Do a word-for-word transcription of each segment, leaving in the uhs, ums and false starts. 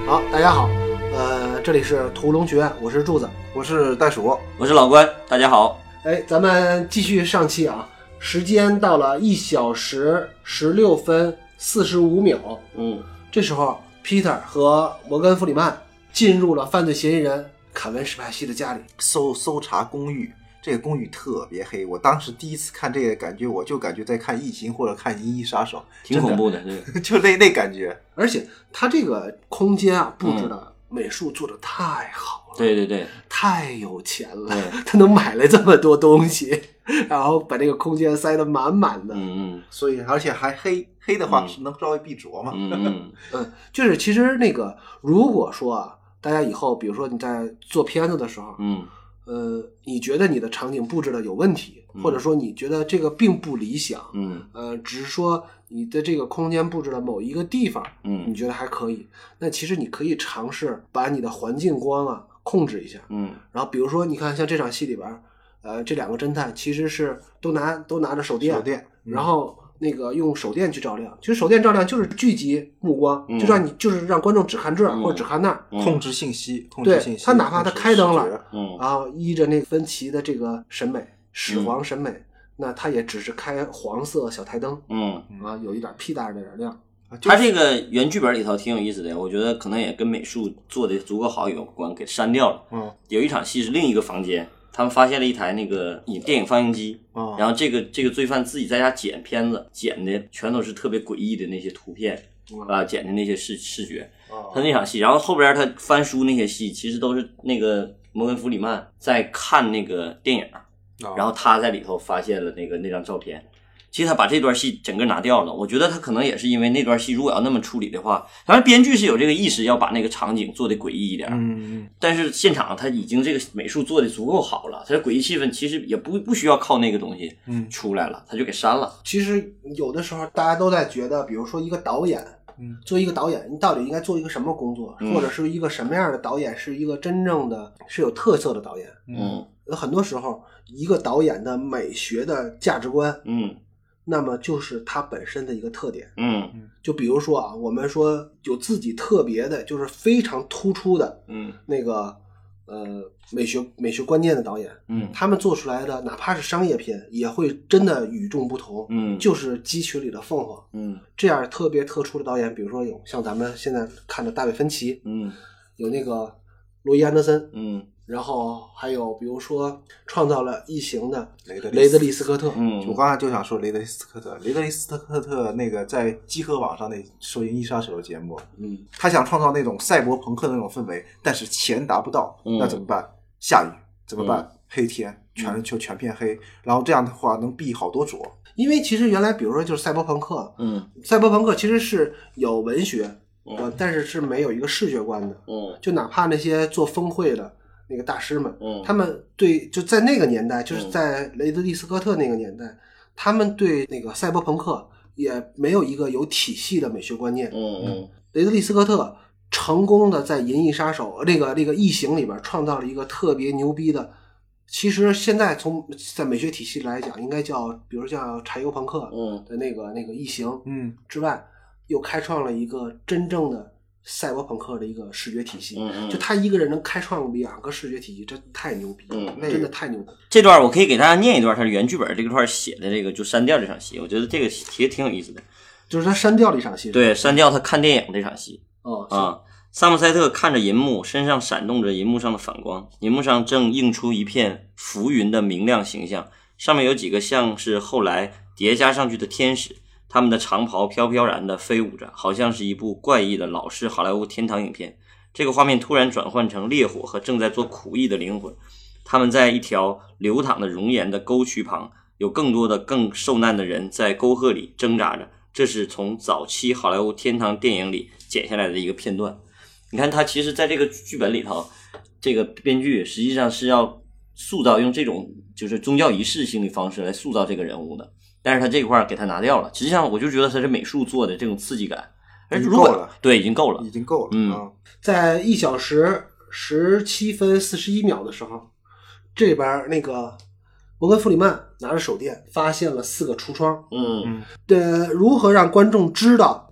好，大家好，呃，这里是屠龙学院，我是柱子， 我是袋鼠， 我是老关，大家好。 哎，咱们继续上期啊，时间到了一小时十六分四十五秒， 嗯， 这时候 Peter 和摩根·弗里曼进入了犯罪嫌疑人凯文·史派西的家里， 搜搜查公寓。这个公寓特别黑，我当时第一次看这个感觉，我就感觉在看异形或者看银翼杀手， 挺恐怖的，的就那那感觉。 而且它这个空间啊布置的美术做的太好了， 嗯、对对对， 太有钱了，他能买来这么多东西，然后把这个空间塞得满满的， 嗯嗯， 所以而且还黑黑的话是能稍微避浊嘛， 嗯嗯嗯，就是其实那个如果说啊，大家以后比如说你在做片子的时候， 嗯。 呃，你觉得你的场景布置的有问题， 嗯、 或者说你觉得这个并不理想， 嗯， 呃，只是说你的这个空间布置的某一个地方， 嗯， 你觉得还可以，那其实你可以尝试把你的环境光啊控制一下， 嗯， 然后比如说你看像这场戏里边，呃，这两个侦探其实是都拿都拿着手电， 手电， 嗯、然后那个用手电去照亮，其实手电照亮就是聚集目光， 嗯、 就让你就是让观众只看这儿、嗯、或者只看那儿， 嗯、 控制信息，控制信息。 对，他哪怕他开灯了， 嗯， 然后依着那个芬奇的这个审美，始皇审美，嗯、那他也只是开黄色小台灯， 嗯啊，有一点屁大的点亮。 他这个原剧本里头挺有意思的，我觉得可能也跟美术做的足够好有关，给删掉了。 嗯， 有一场戏是另一个房间。他们发现了一台那个电影放映机， 哦、 然后这个这个罪犯自己在家剪片子，剪的全都是特别诡异的那些图片、 嗯、 啊，剪的那些视视觉。 哦、 他那场戏，然后后边他翻书那些戏，其实都是那个摩根·弗里曼在看那个电影， 哦、 然后他在里头发现了那个那张照片。其实他把这段戏整个拿掉了，我觉得他可能也是因为那段戏如果要那么处理的话，当然编剧是有这个意识要把那个场景做得诡异一点， 嗯， 但是现场他已经这个美术做得足够好了，他的诡异气氛其实也不不需要靠那个东西出来了，他就给删了。 其实有的时候大家都在觉得，比如说一个导演， 嗯， 做一个导演，你到底应该做一个什么工作， 嗯、 或者是一个什么样的导演是一个真正的是有特色的导演？ 嗯， 很多时候一个导演的美学的价值观， 嗯。 那么就是它本身的一个特点， 嗯， 就比如说啊，我们说有自己特别的，就是非常突出的， 嗯， 那个呃美学美学观念的导演， 嗯， 他们做出来的哪怕是商业片，也会真的与众不同， 嗯， 就是鸡群里的凤凰， 嗯， 这样特别特殊的导演，比如说有像咱们现在看的大卫芬奇， 嗯， 有那个罗伊安德森， 嗯。 然后还有比如说创造了异形的雷德雷德利斯科特， 嗯， 我刚才就想说雷德利斯科特，雷德利斯科特那个在集合网上那说银翼杀手的节目， 嗯， 他想创造那种赛博朋克的那种氛围，但是钱达不到， 嗯、 那怎么办？下雨怎么办？ 嗯、 黑天全就全片黑，然后这样的话能避好多浊。 因为其实原来比如说就是赛博朋克， 嗯， 赛博朋克其实是有文学， 嗯， 但是是没有一个视觉观的， 嗯， 就哪怕那些做峰会的。那个大师们， 嗯， 他们对就在那个年代，就是在雷德利斯科特那个年代，嗯、他们对那个赛博朋克也没有一个有体系的美学观念。 嗯嗯， 雷德利斯科特成功的在《银翼杀手》那个那个异形里边创造了一个特别牛逼的，其实现在从在美学体系来讲，应该叫比如叫柴油朋克的那个、 嗯、 那个异形， 嗯之外，又开创了一个真正的。赛博朋克的一个视觉体系， 嗯嗯， 就他一个人能开创两个视觉体系，这太牛逼了， 嗯， 真的太牛逼了。 这段我可以给大家念一段他的原剧本这个块写的这个就删掉这场戏，我觉得这个其实挺有意思的。 就是他删掉了一场戏， 对，删掉他看电影这场戏。 哦啊，萨默塞特看着银幕，身上闪动着银幕上的反光，银幕上正映出一片浮云的明亮形象，上面有几个像是后来叠加上去的天使。他们的长袍飘飘然地飞舞着，好像是一部怪异的老式好莱坞天堂影片。这个画面突然转换成烈火和正在做苦役的灵魂，他们在一条流淌的熔岩的沟渠旁，有更多的更受难的人在沟壑里挣扎着。这是从早期好莱坞天堂电影里剪下来的一个片段。你看他其实在这个剧本里头，这个编剧实际上是要塑造用这种就是宗教仪式性的方式来塑造这个人物的，但是他这块给他拿掉了。实际上我就觉得他是美术做的这种刺激感，而如果够了， 对，已经够了， 已经够了。 嗯， 啊、 在一小时十七分四十一秒的时候，这边那个摩根·弗里曼拿着手电发现了四个橱窗。 嗯， 呃，如何让观众知道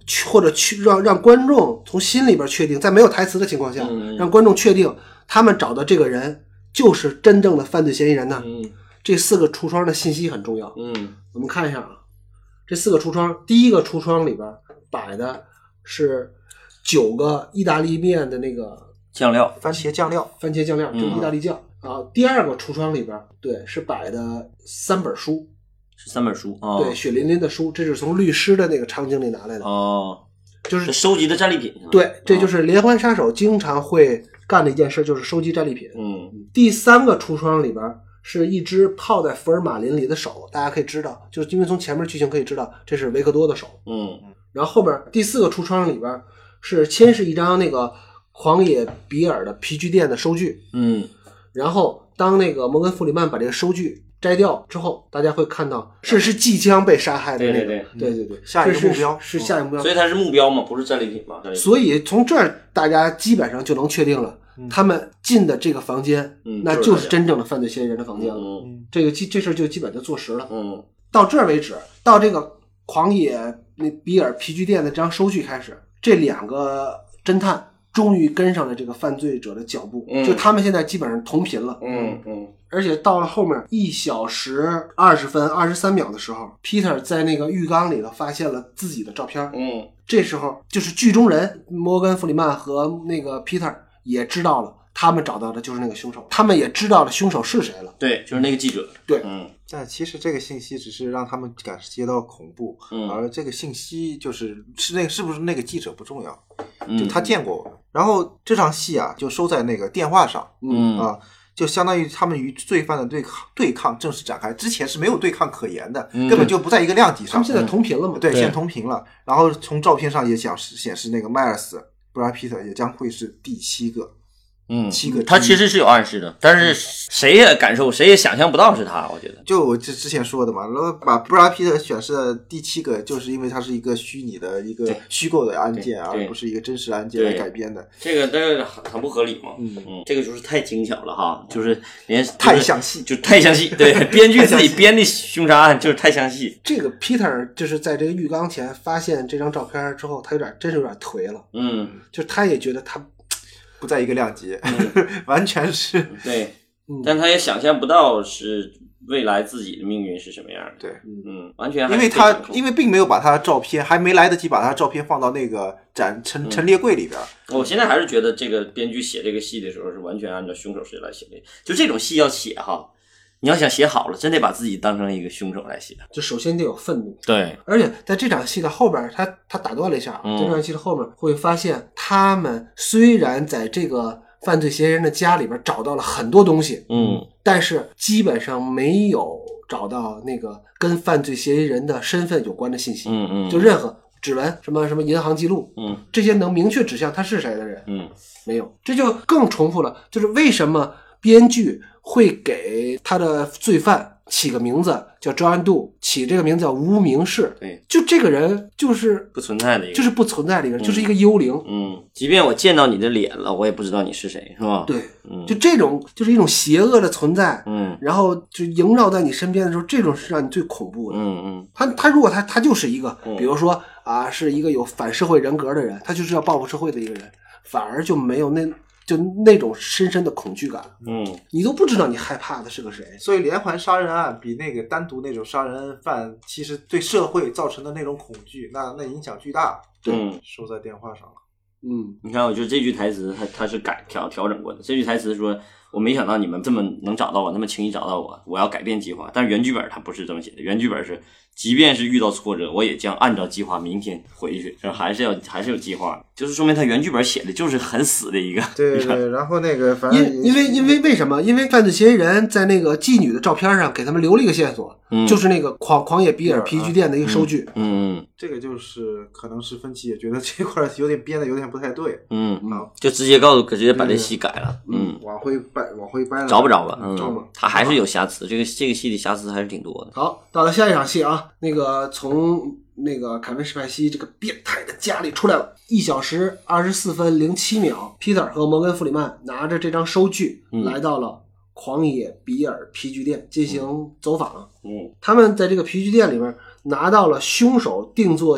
或者去让让观众从心里边确定，在没有台词的情况下， 嗯、 让观众确定他们找的这个人就是真正的犯罪嫌疑人呢。 嗯， 这四个橱窗的信息很重要。 嗯， 我们看一下啊，这四个橱窗，第一个橱窗里边摆的是九个意大利面的那个酱料， 番茄酱料， 番茄酱料， 嗯就是意大利酱、啊。第二个橱窗里边，对，是摆的三本书， 是三本书啊、哦， 对，血淋淋的书，这是从律师的那个场景里拿来的， 哦， 就是收集的战利品。 对，这就是连环杀手经常会干的一件事，就是收集战利品。 嗯， 第三个橱窗里边是一只泡在福尔马林里的手，大家可以知道，就是因为从前面剧情可以知道这是维克多的手。 嗯， 然后后边第四个橱窗里边是先是一张那个狂野比尔的皮具店的收据。 嗯， 然后当那个摩根弗里曼把这个收据摘掉之后，大家会看到是是即将被杀害的那个， 对对对对对， 下一个目标是是下一个目标， 所以它是目标嘛，不是战利品嘛。 所以从这儿大家基本上就能确定了。他们进的这个房间、 嗯、 那就是真正的犯罪嫌疑人的房间了。 嗯， 这个这事就基本就坐实了。 嗯， 到这儿为止，到这个狂野那比尔皮具店的这张收据开始，这两个侦探终于跟上了这个犯罪者的脚步， 嗯、 就他们现在基本上同频了。 嗯嗯， 而且到了后面一小时二十分二十三秒的时候 ，Peter 在那个浴缸里头发现了自己的照片。 嗯， 这时候就是剧中人摩根弗里曼和那个 Peter。也知道了，他们找到的就是那个凶手，他们也知道了凶手是谁了。 对，就是那个记者。 对， 嗯。 但其实这个信息只是让他们感觉到恐怖， 嗯、 而这个信息就是是那个是不是那个记者不重要， 嗯、 就他见过我。然后这场戏啊，就收在那个电话上， 嗯啊，就相当于他们与罪犯的对抗对抗正式展开。之前是没有对抗可言的， 嗯、 根本就不在一个量级上。 他们现在同频了嘛？ 对，现在同频了。然后从照片上也显示显示那个迈尔斯布拉皮特也将会是第七个。 嗯， 七个， 他其实是有暗示的，但是谁也感受，谁也想象不到是他，我觉得。 就我之之前说的嘛，然后把布拉皮特选是第七个，就是因为它是一个虚拟的一个虚构的案件，而不是一个真实案件来改编的。 这个但是很不合理嘛， 嗯嗯，这个就是太精巧了哈，就是连、就是、 太详细， 就太详细。对，编剧自己编的凶杀案就是太详细。 这个 Peter 就是在这个浴缸前发现这张照片之后，他有点真是有点颓了， 嗯， 就他也觉得他。 不在一个量级，嗯、完全是对、嗯，但他也想象不到是未来自己的命运是什么样的。 对， 嗯，完全还因为他因为并没有把他的照片，还没来得及把他的照片放到那个展陈陈列柜里边、 嗯。我现在还是觉得这个编剧写这个戏的时候是完全按照凶手谁来写的，就这种戏要写哈。你要想写好了，真得把自己当成一个凶手来写。 就首先得有愤怒， 对， 而且在这场戏的后边，他他打断了一下， 嗯、 这场戏的后面会发现，他们虽然在这个犯罪嫌疑人的家里边找到了很多东西， 嗯， 但是基本上没有找到那个跟犯罪嫌疑人的身份有关的信息， 嗯嗯， 就任何指纹、什么什么银行记录， 嗯， 这些能明确指向他是谁的人， 嗯， 没有，这就更重复了，就是为什么编剧会给他的罪犯起个名字叫周安度，起这个名字叫无名氏。 对， 就这个人就是不存在的一个， 就是不存在的一个人，嗯、就是一个幽灵。 嗯，即便我见到你的脸了，我也不知道你是谁，是吧？ 对， 嗯， 就这种就是一种邪恶的存在。 嗯， 然后就萦绕在你身边的时候，这种是让你最恐怖的。 嗯嗯， 他他如果他他就是一个， 嗯、 比如说啊，是一个有反社会人格的人，他就是要报复社会的一个人，反而就没有那。就那种深深的恐惧感， 嗯， 你都不知道你害怕的是个谁。 所以连环杀人案比那个单独那种杀人犯，其实对社会造成的那种恐惧，那那影响巨大。 对， 收在电话上了。 嗯， 你看，我觉得这句台词它它是改调调整过的。这句台词说：“我没想到你们这么能找到我，那么轻易找到我，我要改变计划。”但是原剧本它不是这么写的，原剧本是，即便是遇到挫折，我也将按照计划明天回去，这还是要还是有计划，就是说明他原剧本写的就是很死的一个。 对对，然后那个反正因因为因为为什么？因为犯罪嫌疑人在那个妓女的照片上给他们留了一个线索， 嗯、 就是那个狂狂野比尔皮具店的一个收据。 嗯 嗯, 嗯， 这个就是可能是分歧也觉得这块有点编的有点不太对。 嗯，就直接告诉，直接把这戏改了。 嗯，往回掰，往回掰了， 找不着吧？ 嗯，找吧。 他还是有瑕疵，这个这个戏的瑕疵还是挺多的。 好，到了下一场戏啊，那个从那个凯文史派西这个变态的家里出来了，一小时二十四分零七秒 ，Peter 和摩根弗里曼拿着这张收据、 嗯、 来到了狂野比尔皮具店进行走访。 嗯， 他们在这个皮具店里面拿到了凶手定做一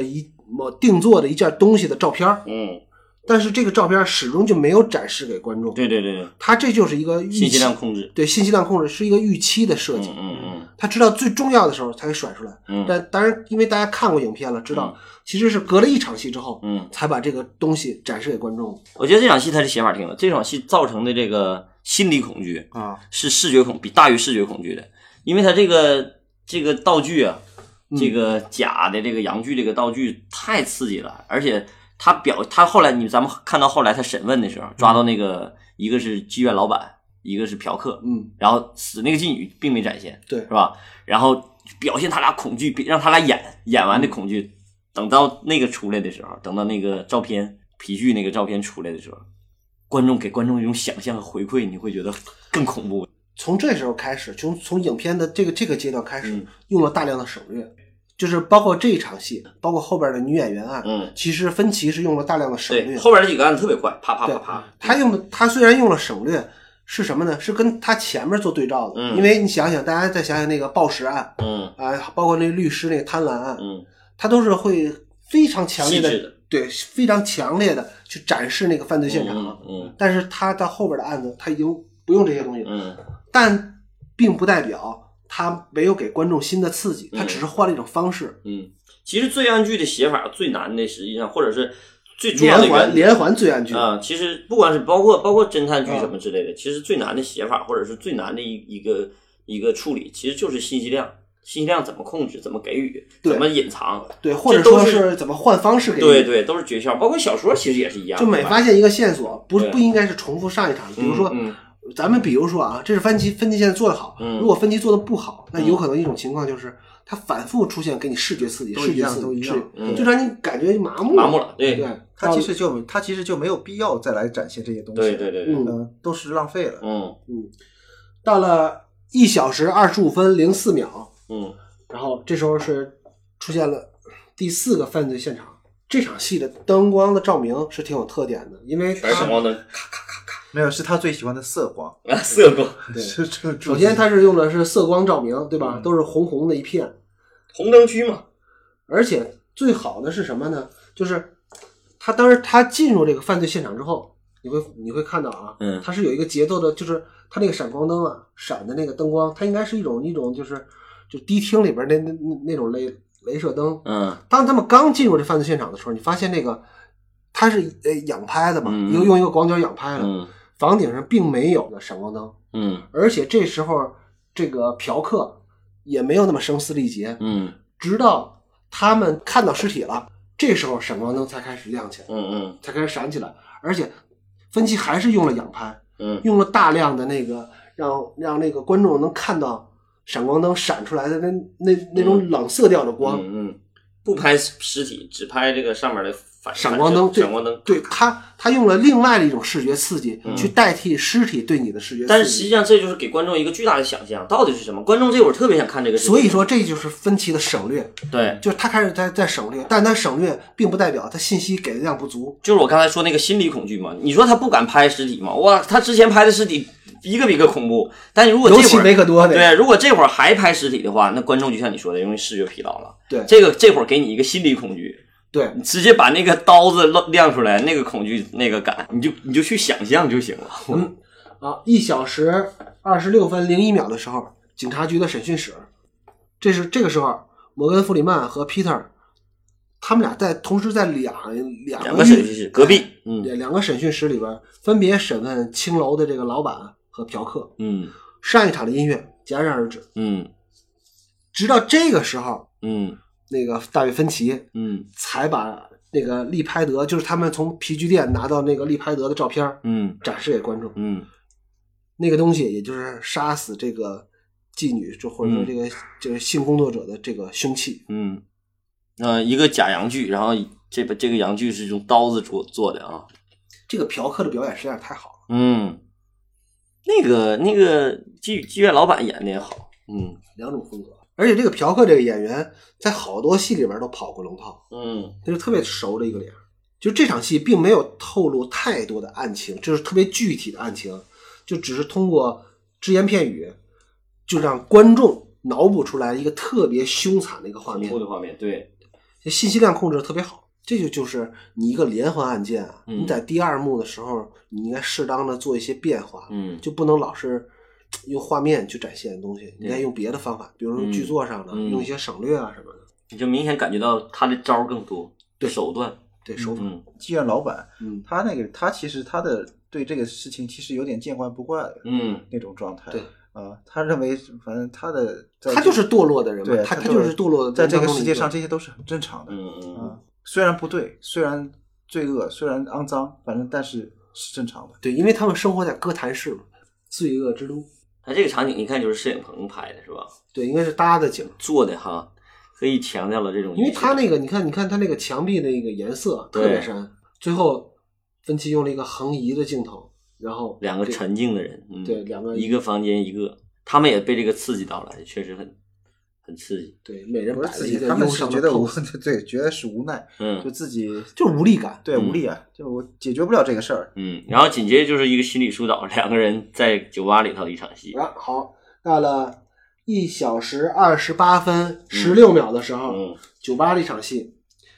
某定做的一件东西的照片， 嗯， 但是这个照片始终就没有展示给观众。 对对对， 它这就是一个预期信息量控制， 对信息量控制是一个预期的设计。 嗯嗯嗯， 他知道最重要的时候才会甩出来。 嗯， 但当然，因为大家看过影片了，知道、嗯、其实是隔了一场戏之后， 嗯， 才把这个东西展示给观众。 我觉得这场戏他的写法挺好，这场戏造成的这个心理恐惧啊， 是视觉恐比大于视觉恐惧的，因为他这个这个道具啊。这个假的这个洋剧这个道具太刺激了，而且他表他后来你咱们看到后来他审问的时候抓到那个一个是妓院老板，一个是嫖客， 嗯， 然后死那个妓女并没展现， 对， 是吧？然后表现他俩恐惧，让他俩演演完的恐惧，等到那个出来的时候，等到那个照片皮具那个照片出来的时候，观众给观众一种想象和回馈，你会觉得更恐怖。 从这时候开始，从从影片的这个这个阶段开始， 嗯、 用了大量的省略。就是包括这一场戏，包括后边的女演员案， 嗯， 其实芬奇是用了大量的省略。 对，后边这几个案子特别快，啪啪啪啪。 他用的，他虽然用了省略，是什么呢？是跟他前面做对照的。 嗯， 因为你想想，大家再想想那个暴食案， 嗯， 啊，包括那律师那个贪婪案， 嗯， 他都是会非常强烈的， 的对，非常强烈的去展示那个犯罪现场。 嗯，嗯但是他到后边的案子，他已经不用这些东西了。 嗯， 但并不代表他没有给观众新的刺激，他只是换了一种方式。 嗯。嗯其实罪案剧的写法最难的，实际上或者是最重要的连环连环罪案剧啊、呃，其实不管是包括包括侦探剧什么之类的，嗯、其实最难的写法或者是最难的一一个一个处理，其实就是信息量，信息量怎么控制，怎么给予，怎么隐藏， 对，或者说是怎么换方式给予， 对对，都是诀窍。包括小说其实也是一样， 就每发现一个线索，不不应该是重复上一场，比如说。 嗯嗯咱们比如说啊，这是分歧分歧线做得好， 嗯、 如果分歧做得不好，那有可能一种情况就是它反复出现给你视觉刺激，视觉刺激都一样， 嗯、 就让你感觉麻木麻木了。对对， 它其实就它其实就没有必要再来展现这些东西， 对对对对， 嗯、 呃，都是浪费了。 嗯嗯，到了一小时二十五分零四秒， 嗯， 然后这时候是出现了第四个犯罪现场。这场戏的灯光的照明是挺有特点的，因为全是光灯，咔咔咔咔， 没有，是他最喜欢的色光啊，色光。 对， 是这。 首先它是用的是色光照明，对吧？ 嗯、 都是红红的一片， 红灯区嘛。 而且最好的是什么呢？就是他当时他进入这个犯罪现场之后，你会你会看到啊， 嗯， 它是有一个节奏的，就是它那个闪光灯啊，闪的那个灯光，它应该是一种一种就是就迪厅里边那那那种镭镭射灯。 嗯， 当他们刚进入这犯罪现场的时候，你发现那个它是呃仰拍的嘛， 嗯、 又用一个广角仰拍的， 嗯， 房顶上并没有的闪光灯， 嗯， 而且这时候这个嫖客也没有那么声嘶力竭， 嗯， 直到他们看到尸体了，这时候闪光灯才开始亮起来， 嗯嗯， 才开始闪起来，而且分期还是用了仰拍， 嗯， 用了大量的那个让让那个观众能看到闪光灯闪出来的那那那种冷色调的光， 嗯嗯，不拍尸体，只拍这个上面的反闪光灯， 闪光灯， 对他他用了另外的一种视觉刺激、 嗯、 去代替尸体对你的视觉刺激， 但是实际上这就是给观众一个巨大的想象，到底是什么？观众这会儿特别想看这个事情， 所以说这就是分歧的省略， 对， 就是他开始在在省略，但他省略并不代表他信息给的量不足， 就是我刚才说那个心理恐惧嘛，你说他不敢拍尸体吗？哇，他之前拍的尸体一个比一个恐怖，但是如果这会儿没可多的， 对，如果这会儿还拍尸体的话，那观众就像你说的容易视觉疲劳了， 对， 这个这会儿给你一个心理恐惧。 对， 你直接把那个刀子亮出来，那个恐惧那个感，你就你就去想象就行了。 嗯，啊，一小时二十六分零一秒的时候，警察局的审讯室，这是这个时候，摩根·弗里曼和 Peter， 他们俩在同时在两两两个审讯室隔壁，嗯， 两个审讯室里边分别审问青楼的这个老板和嫖客。 嗯， 上一场的音乐戛然而止。 嗯， 直到这个时候， 嗯。 那个大卫芬奇， 嗯， 才把那个利拍德，就是他们从皮具店拿到那个利拍德的照片， 嗯， 展示给观众， 嗯， 那个东西也就是杀死这个妓女，就或者说这个这个性工作者的这个凶器， 嗯，呃，一个假阳具，然后这个这个阳具是用刀子做做的啊， 这个嫖客的表演实在是太好了， 嗯，那个那个妓妓院老板演的也好，嗯， 两种风格。而且这个嫖客这个演员在好多戏里边都跑过龙套， 嗯， 他就特别熟的一个脸。就这场戏并没有透露太多的案情，就是特别具体的案情，就只是通过只言片语，就让观众脑补出来一个特别凶残的一个画面。 恐怖的画面，对。 信息量控制的特别好。这就就是你一个连环案件啊， 嗯、 你在第二幕的时候，你应该适当的做一些变化， 嗯， 就不能老是用画面去展现的东西，你应该用别的方法，比如说剧作上的、 嗯、 用一些省略啊什么的， 你就明显感觉到他的招更多， 对手段， 对手法。 嗯， 妓院老板， 嗯， 他那个他其实他的对这个事情其实有点见怪不怪的， 嗯， 那种状态， 对。 啊、呃，他认为反正他的他就是堕落的人嘛， 对， 他他就是堕落的， 在这个世界上这些都是很正常的。 嗯嗯啊，虽然不对，虽然罪恶，虽然肮脏，反正但是是正常的。 对，因为他们生活在哥谭市嘛，罪恶之都。 他这个场景一看就是摄影棚拍的是吧？ 对，应该是搭的景做的哈，特意强调了这种。 因为他那个，你看，你看他那个墙壁的那个颜色特别深，最后芬奇用了一个横移的镜头，然后两个沉静的人，嗯、 对，两个一个房间一个。他们也被这个刺激到了，确实很很刺激。 对，每人摆了一个他们是觉得无对，觉得是无奈， 嗯， 就自己就是无力感， 对，无力啊，就我解决不了这个事儿。 嗯，然后紧接着就是一个心理疏导，两个人在酒吧里头一场戏。 啊，好，到了一小时二十八分十六秒的时候， 嗯， 酒吧的一场戏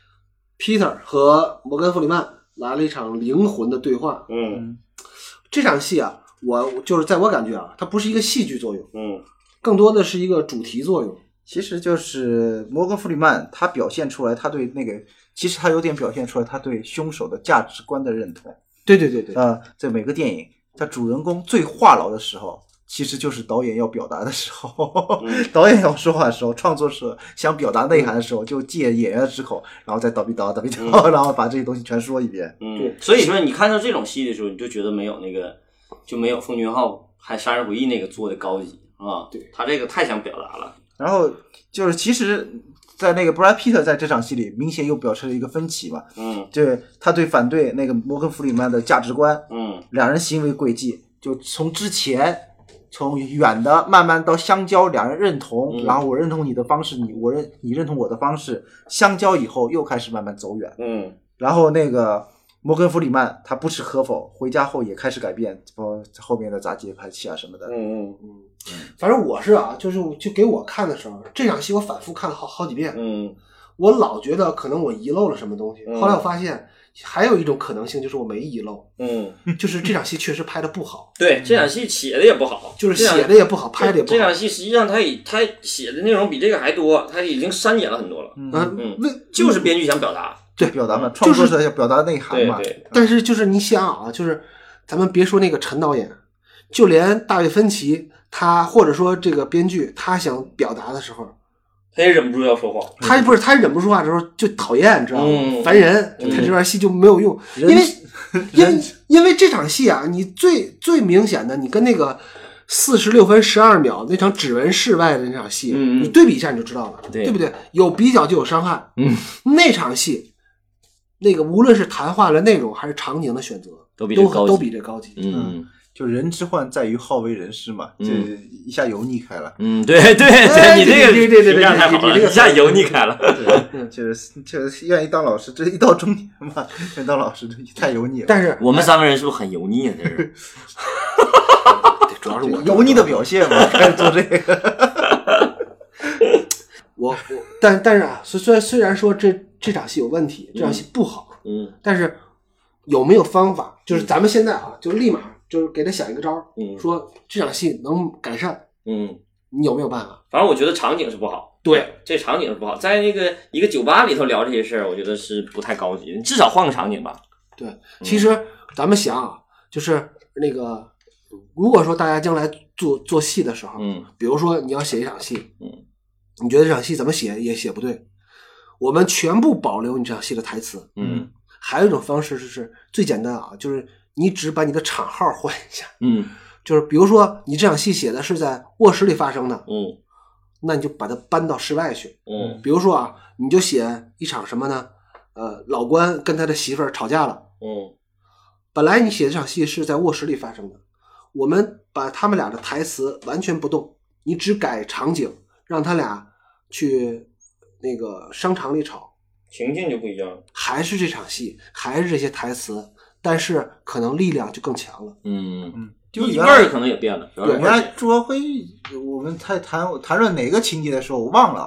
，Peter 和摩根·弗里曼来了一场灵魂的对话。 嗯， 这场戏啊。我就是在我感觉啊，它不是一个戏剧作用， 嗯， 更多的是一个主题作用。 其实就是摩根·弗里曼他表现出来他对那个，其实他有点表现出来他对凶手的价值观的认同。 对对对对， 呃，在每个电影，他主人公最话痨的时候，其实就是导演要表达的时候， 嗯、 导演要说话的时候，创作者想表达内涵的时候，就借演员之口，然后再叨逼叨叨逼叨， 嗯、 然后把这些东西全说一遍。 嗯，对。所以说你看到这种戏的时候，你就觉得没有那个。就没有奉俊昊还《杀人回忆》那个做的高级啊， 对， 他这个太想表达了。 然后就是其实，在那个 Brad Pitt 在这场戏里，明显又表示了一个分歧嘛， 嗯， 对，他对反对那个摩根·弗里曼的价值观， 嗯， 两人行为轨迹就从之前从远的慢慢到相交，两人认同， 嗯、 然后我认同你的方式，你我认你认同我的方式，相交以后又开始慢慢走远， 嗯， 然后那个。摩根·弗里曼他不吃可否，回家后也开始改变，包括后面的砸节拍器啊什么的。 嗯嗯嗯，反正我是啊，就是就给我看的时候，这场戏我反复看了好好几遍。 嗯， 我老觉得可能我遗漏了什么东西， 嗯、 后来我发现还有一种可能性就是我没遗漏。 嗯， 就是这场戏确实拍的不好。 对，这场戏写的也不好， 就是写的也不好，拍的也不好。 这场戏实际上他以他写的内容比这个还多，他已经删减了很多了。 嗯嗯，就是编剧想表达。 对，表达嘛，创作者要表达内涵嘛。 对对。 但是就是你想啊，就是咱们别说那个陈导演，就连大卫芬奇他或者说这个编剧他想表达的时候， 他也忍不住要说话。 他不是他忍不住说话的时候就讨厌，知道吗？ 嗯、 烦人。他这段戏就没有用，因为因为因为这场戏啊，你最最明显的，你跟那个四十六分十二秒那场指纹室外的那场戏， 嗯、 你对比一下你就知道了， 对, 对不对？有比较就有伤害。 嗯， 那场戏，那个无论是谈话的内容还是场景的选择， 都比这高级， 都比这高级。 嗯， 就人之患在于好为人师嘛，这一下油腻开了。 嗯，对对对，你这个评价太好了，一下油腻开了。 对，就是就是愿意当老师，这一到中年嘛，愿意当老师这太油腻了。 但是我们三个人是不是很油腻啊？这是。 主要是我油腻的表现嘛，开始做这个。 我我但但是啊，虽虽然说这这场戏有问题，这场戏不好， 嗯， 但是有没有方法？就是咱们现在啊，就立马就是给他想一个招， 嗯， 说这场戏能改善， 嗯， 你有没有办法？ 反正我觉得场景是不好， 对， 这场景是不好，在那个一个酒吧里头聊这些事儿，我觉得是不太高级，你至少换个场景吧。 对，其实咱们想啊，就是那个。如果说大家将来做做戏的时候， 嗯， 比如说你要写一场戏， 嗯， 你觉得这场戏怎么写也写不对，我们全部保留你这场戏的台词， 嗯， 还有一种方式是最简单啊，就是你只把你的场号换一下， 嗯， 就是比如说你这场戏写的是在卧室里发生的， 嗯， 那你就把它搬到室外去， 嗯， 比如说啊，你就写一场什么呢？呃，老关跟他的媳妇儿吵架了， 嗯， 本来你写这场戏是在卧室里发生的。我们把他们俩的台词完全不动，你只改场景，让他俩去那个商场里吵， 情境就不一样， 还是这场戏，还是这些台词，但是可能力量就更强了。 嗯嗯， 就味儿可能也变了。 对，原来朱国辉，我们在谈谈论哪个情节的时候，我忘了啊。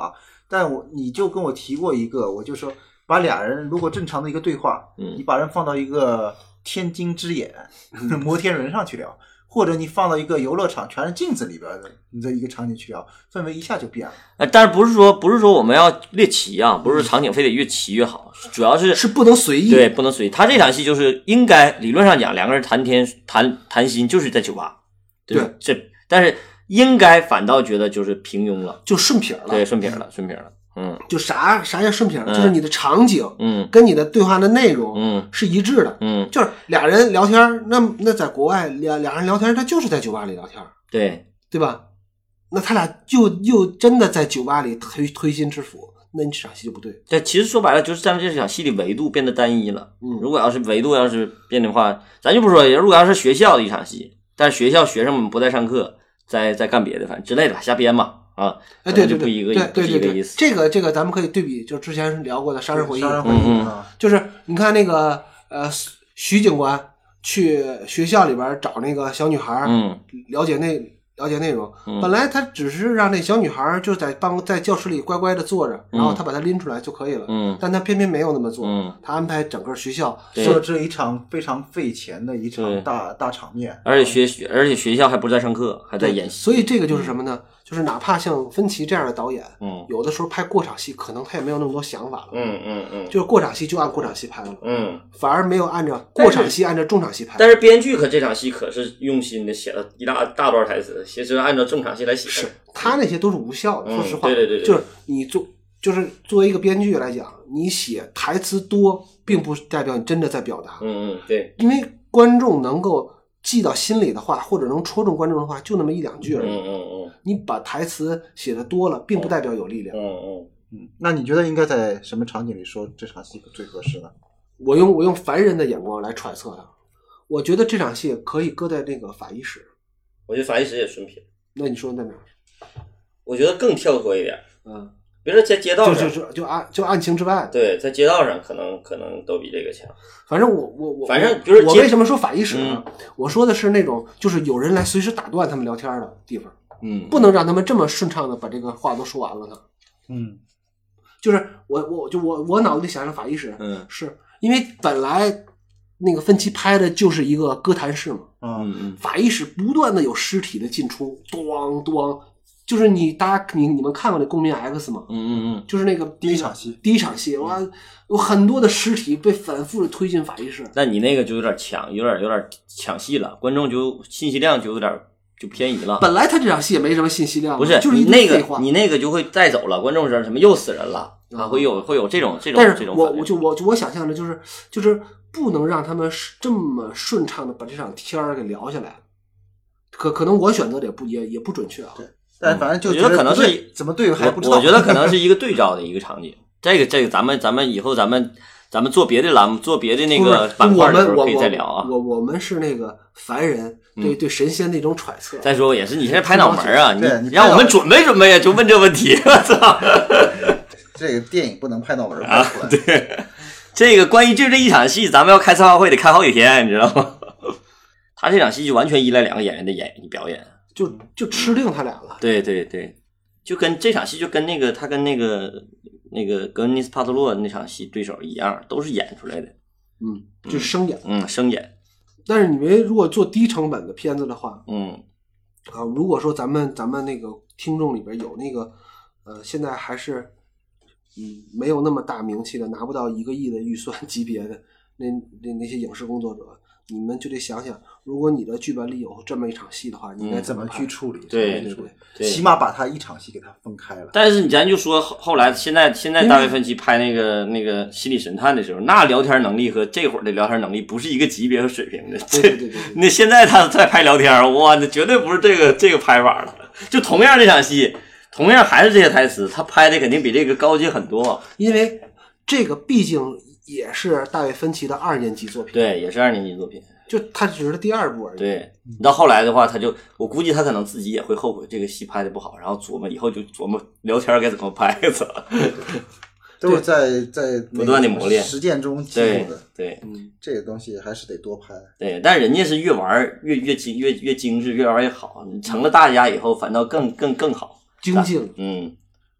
但我你就跟我提过一个，我就说把俩人如果正常的一个对话， 嗯， 你把人放到一个天津之眼、嗯、摩天轮上去聊，或者你放到一个游乐场全是镜子里边的你这一个场景去聊，氛围一下就变了。 呃，但是不是说不是说我们要越齐啊，不是场景非得越齐越好，主要是是不能随意， 对，不能随意。他这场戏就是应该理论上讲，两个人谈天谈谈心就是在酒吧，对吧？这但是应该反倒觉得就是平庸了， 就顺撇了， 对，顺撇了，顺撇了。嗯， 就啥啥叫顺撇了、 嗯， 就是你的场景， 嗯， 跟你的对话的内容， 嗯， 是一致的， 嗯， 就是俩人聊天，那那在国外俩俩人聊天，他就是在酒吧里聊天， 对， 对吧？那他俩就又真的在酒吧里推推心置腹，那你这场戏就不对。 这其实说白了，就是在这场戏里维度变得单一了。 嗯， 如果要是维度要是变的话，咱就不说，如果要是学校的一场戏，但是学校学生们不在上课，在在干别的，反正之类的吧，瞎编嘛。啊， 哎，对对对，不一个对对对对，这个这个咱们可以对比，就之前聊过的《杀人回忆》。 杀人回忆嗯啊， 就是你看那个呃，徐警官去学校里边找那个小女孩， 嗯， 了解那了解内容。 嗯、 本来他只是让那小女孩就在办在教室里乖乖的坐着，然后他把她拎出来就可以了。 嗯， 但他偏偏没有那么做。 嗯， 他安排整个学校设置一场非常费钱的一场大大场面， 而且学而且学校还不在上课，还在演戏。 所以这个就是什么呢？嗯，就是哪怕像芬奇这样的导演， 嗯， 有的时候拍过场戏，可能他也没有那么多想法了， 嗯嗯嗯， 就是过场戏就按过场戏拍了， 嗯， 反而没有按照过场戏按照中场戏拍。 但是编剧可这场戏可是用心的写了一大大段台词，其实按照正场戏来写。 是他那些都是无效的， 嗯、 说实话， 对对对对， 就是你做，就是作为一个编剧来讲，你写台词多，并不代表你真的在表达， 嗯嗯，对， 因为观众能够记到心里的话，或者能戳中观众的话，就那么一两句而已。 嗯嗯嗯， 你把台词写的多了，并不代表有力量。 嗯嗯嗯，那你觉得应该在什么场景里说这场戏最合适呢？ 我用我用凡人的眼光来揣测它，我觉得这场戏可以搁在那个法医室。 我觉得法医室也顺撇。 那你说在哪儿？ 我觉得更跳脱一点。 嗯， 比如说在街道上， 就就就就案就案情之外。 对，在街道上可能可能都比这个强。 反正我我我反正就是我为什么说法医室呢？ 嗯、 我说的是那种就是有人来随时打断他们聊天的地方。 嗯， 不能让他们这么顺畅的把这个话都说完了呢。 嗯， 就是我我就我我脑子里想象法医室， 嗯， 是因为本来那个芬奇拍的就是一个歌坛室嘛， 嗯嗯， 法医室不断的有尸体的进出，咣咣，就是你大家你你们看过那《公民 X》吗？ 嗯嗯嗯， 就是那个第一场戏， 第一场戏，哇，有很多的尸体被反复的推进法医室。 那你那个就有点抢，有点有点抢戏了，观众就信息量就有点就偏移了。 本来他这场戏也没什么信息量， 不是， 就是一那个废话， 你那个就会带走了，观众是什么又死人了啊，会有会有这种这种这种。 但是我我就我就我想象的就是就是不能让他们这么顺畅的把这场天儿给聊下来。可可能我选择的也不也也不准确啊。 对，但反正就我觉得可能是怎么对还不知道。 我觉得可能是一个对照的一个场景。这个这个咱们咱们以后咱们咱们做别的栏目做别的那个板块的时候可以再聊啊。 我我们是那个凡人对、嗯、对神仙的一种揣测。 再说也是你现在拍脑门啊，你你让我们准备准备呀，就问这问题，我操！ 这个电影不能拍脑门啊！对，这个关于就这一场戏，咱们要开策划会得开好几天，你知道吗？他这场戏就完全依赖两个演员的演表演， 就就吃定他俩了。 对对对，就跟这场戏就跟那个他跟那个那个格恩尼斯帕特洛那场戏对手一样，都是演出来的。 嗯，就是生演。 嗯，生演。 但是你们如果做低成本的片子的话， 嗯， 啊，如果说咱们咱们那个听众里边有那个呃，现在还是嗯没有那么大名气的，拿不到一个亿的预算级别的那那那些影视工作者，你们就得想想，如果你的剧本里有这么一场戏的话，你应该怎么去处理？ 对对对，起码把他一场戏给他分开了。 但是咱就说后来，现在现在大卫芬奇拍那个那个心理神探的时候，那聊天能力和这会儿的聊天能力不是一个级别和水平的。 对对对对。 那现在他在拍聊天，哇，那绝对不是这个这个拍法了。就同样这场戏，同样还是这些台词，他拍的肯定比这个高级很多。 因为这个毕竟也是大卫芬奇的二年级作品。 对，也是二年级作品。 就他只是第二部而已。 对，到后来的话，他就我估计他可能自己也会后悔这个戏拍的不好，然后琢磨以后就琢磨聊天该怎么拍的。 都是在在不断的磨练实践中记录的。 对， 嗯，这个东西还是得多拍。 对，但人家是越玩越越精越越精致，越玩越好。成了大家以后，反倒更更更好， 精进。 嗯，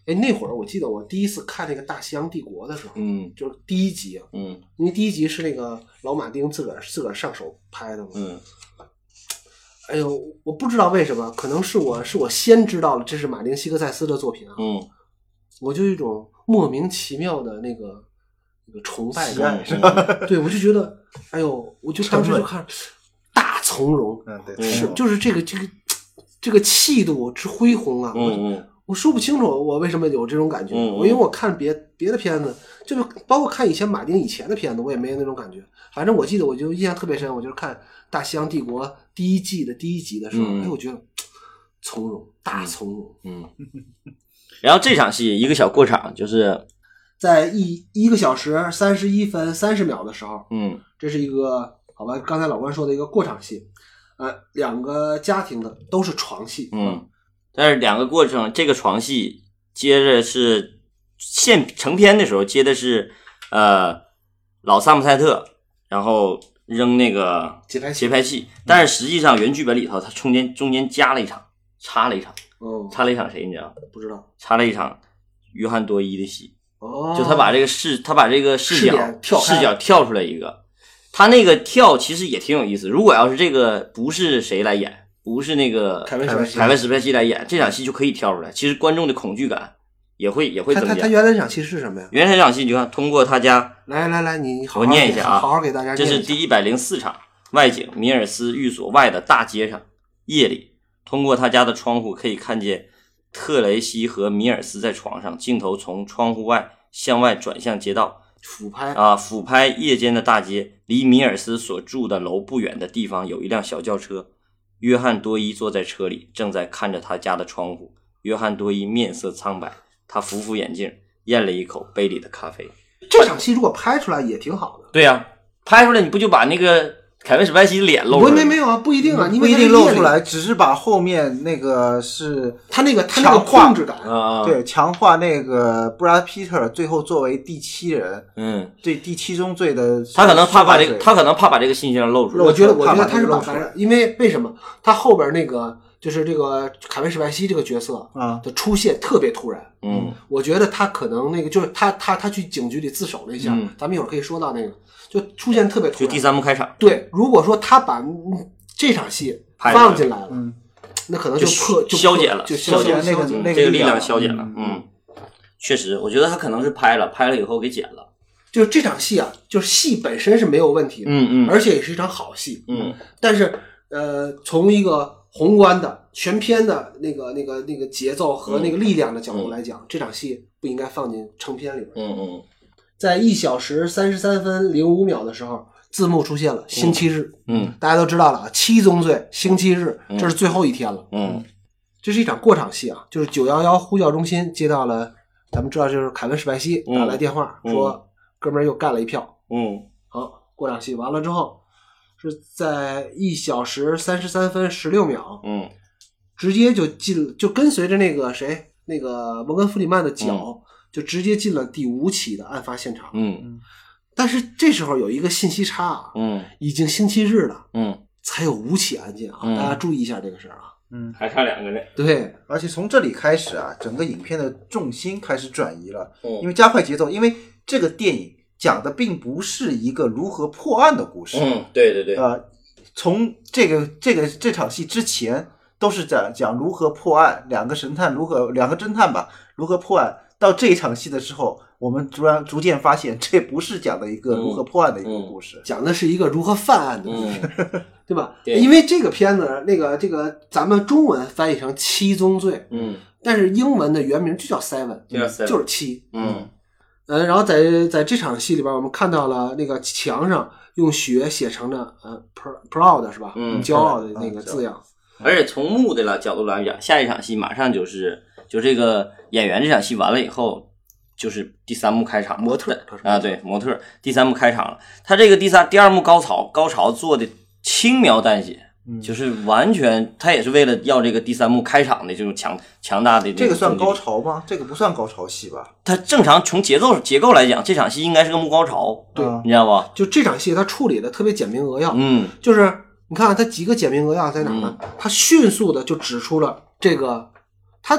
哎，那会儿我记得我第一次看那个《大西洋帝国》的时候， 嗯就是第一集啊， 嗯因为第一集是那个老马丁自个儿自个儿上手拍的嘛。 嗯哎呦，我不知道为什么，可能是我是我先知道了这是马丁·西克塞斯的作品啊， 嗯， 我就有一种莫名其妙的那个那个崇拜喜爱感， 是吧？ 对，我就觉得，哎呦，我就当时就看大从容， 嗯，对， 嗯是就是这个这个这个气度之恢宏啊，我嗯嗯我说不清楚我为什么有这种感觉， 嗯嗯我因为我看别别的片子，就是包括看以前马丁以前的片子，我也没有那种感觉。反正我记得我就印象特别深，我就是看《大西洋帝国》第一季的第一集的时候， 嗯哎，我觉得从容，大从容， 嗯。然后这场戏一个小过场，就是在一一个小时三十一分三十秒的时候， 嗯这是一个好吧，刚才老关说的一个过场戏，呃，两个家庭的都是床戏， 嗯，但是两个过程，这个床戏接着是现成片的时候接的是呃老萨姆塞特，然后扔那个节拍器节拍器，但是实际上原剧本里头他中间中间加了一场，插了一场， 嗯， 插了一场谁你知道？ 不知道， 插了一场约翰多伊的戏， 哦， 就他把这个视他把这个视视角点跳开视角跳出来一个，他那个跳其实也挺有意思。如果要是这个不是谁来演，不是那个凯文史派西凯文史派西来演，这场戏就可以跳出来，其实观众的恐惧感也会也会他他他增加。 原来这场戏是什么呀？ 原来这场戏你就看，通过他家， 来来来，你好好我念一下啊， 好好给大家念一下。 这是第一百零四场外景，米尔斯寓所外的大街上，夜里，通过他家的窗户可以看见特雷西和米尔斯在床上，镜头从窗户外向外转向街道， 俯拍啊，俯拍夜间的大街，离米尔斯所住的楼不远的地方有一辆小轿车，约翰多伊坐在车里，正在看着他家的窗户。约翰多伊面色苍白，他扶扶眼镜，咽了一口杯里的咖啡。 这场戏如果拍出来也挺好的。 对呀、啊，拍出来你不就把那个凯文史派西的脸露出来？ 不没没有啊，不一定啊，因不一为它是夜里定露出来，只是把后面那个是他那个他那个强化控制感， 啊， 对强化那个布拉皮特最后作为第七人， 嗯， 对第七宗罪的， 他可能怕把这个，他可能怕把这个信息量露出来。 我觉得我觉得怕把他是把这个露出来因为为什么他后边那个就是这个凯文史派西这个角色啊的出现特别突然， 嗯， 我觉得他可能那个就是他他他去警局里自首了一下， 嗯咱们一会儿可以说到那个，就出现特别突然。 就第三幕开场， 对，如果说他把嗯这场戏拍出来放进来了， 嗯， 那可能就破就消解了， 就消解解了那个嗯那个这个力量力量消减了。 嗯嗯，确实，我觉得他可能是拍了，拍了以后给剪了。 就是这场戏啊，就是戏本身是没有问题的， 嗯嗯而且也是一场好戏， 嗯但是呃，从一个宏观的全片的那个那个那个节奏和那个力量的角度来讲，这场戏不应该放进成片里边。 嗯嗯在一小时三十三分零五秒的时候，字幕出现了，星期日， 嗯大家都知道了啊，七宗罪，星期日，这是最后一天了。 嗯这是一场过场戏啊，就是九一一呼叫中心接到了，咱们知道就是凯文史派西打来电话、 嗯、 说，哥们儿又干了一票。 嗯， 好，过场戏完了之后，是在一小时三十三分十六秒， 嗯， 直接就进，就跟随着那个谁，那个摩根弗里曼的脚， 嗯、 就直接进了第五起的案发现场。 嗯， 但是这时候有一个信息差啊， 嗯， 已经星期日了， 嗯， 才有五起案件啊， 嗯、 大家注意一下这个事儿啊。 嗯， 还差两个人。 对， 而且从这里开始啊，整个影片的重心开始转移了， 嗯、 因为加快节奏，因为这个电影讲的并不是一个如何破案的故事。 嗯，对对对。 呃，从这个这个这场戏之前都是讲讲如何破案，两个神探如何两个侦探吧如何破案。到这一场戏的时候，我们逐然逐渐发现，这不是讲的一个如何破案的一个故事， 嗯嗯、讲的是一个如何犯案的故事， 嗯、 对吧？ 对， 因为这个片子，那个这个咱们中文翻译成七宗罪， 嗯， 但是英文的原名就叫 seven， 就叫 seven， 就是七， 嗯。 呃，然后在在这场戏里边，我们看到了那个墙上用血写成的呃 proud 是吧？ 嗯， 骄傲的那个字样。 而且从幕的角度来讲，下一场戏马上就是就这个演员这场戏完了以后，就是第三幕开场， 模特啊，对，模特第三幕开场了。他这个第三第二幕高潮高潮做的轻描淡写。 嗯、 就是完全，他也是为了要这个第三幕开场的这种强强大的。 这个算高潮吗？这个不算高潮戏吧？ 他正常从节奏结构来讲，这场戏应该是个幕高潮， 对， 你知道吧？ 就这场戏他处理的特别简明扼要， 嗯， 就是你看他几个简明扼要在哪呢？ 嗯、 他迅速的就指出了这个，他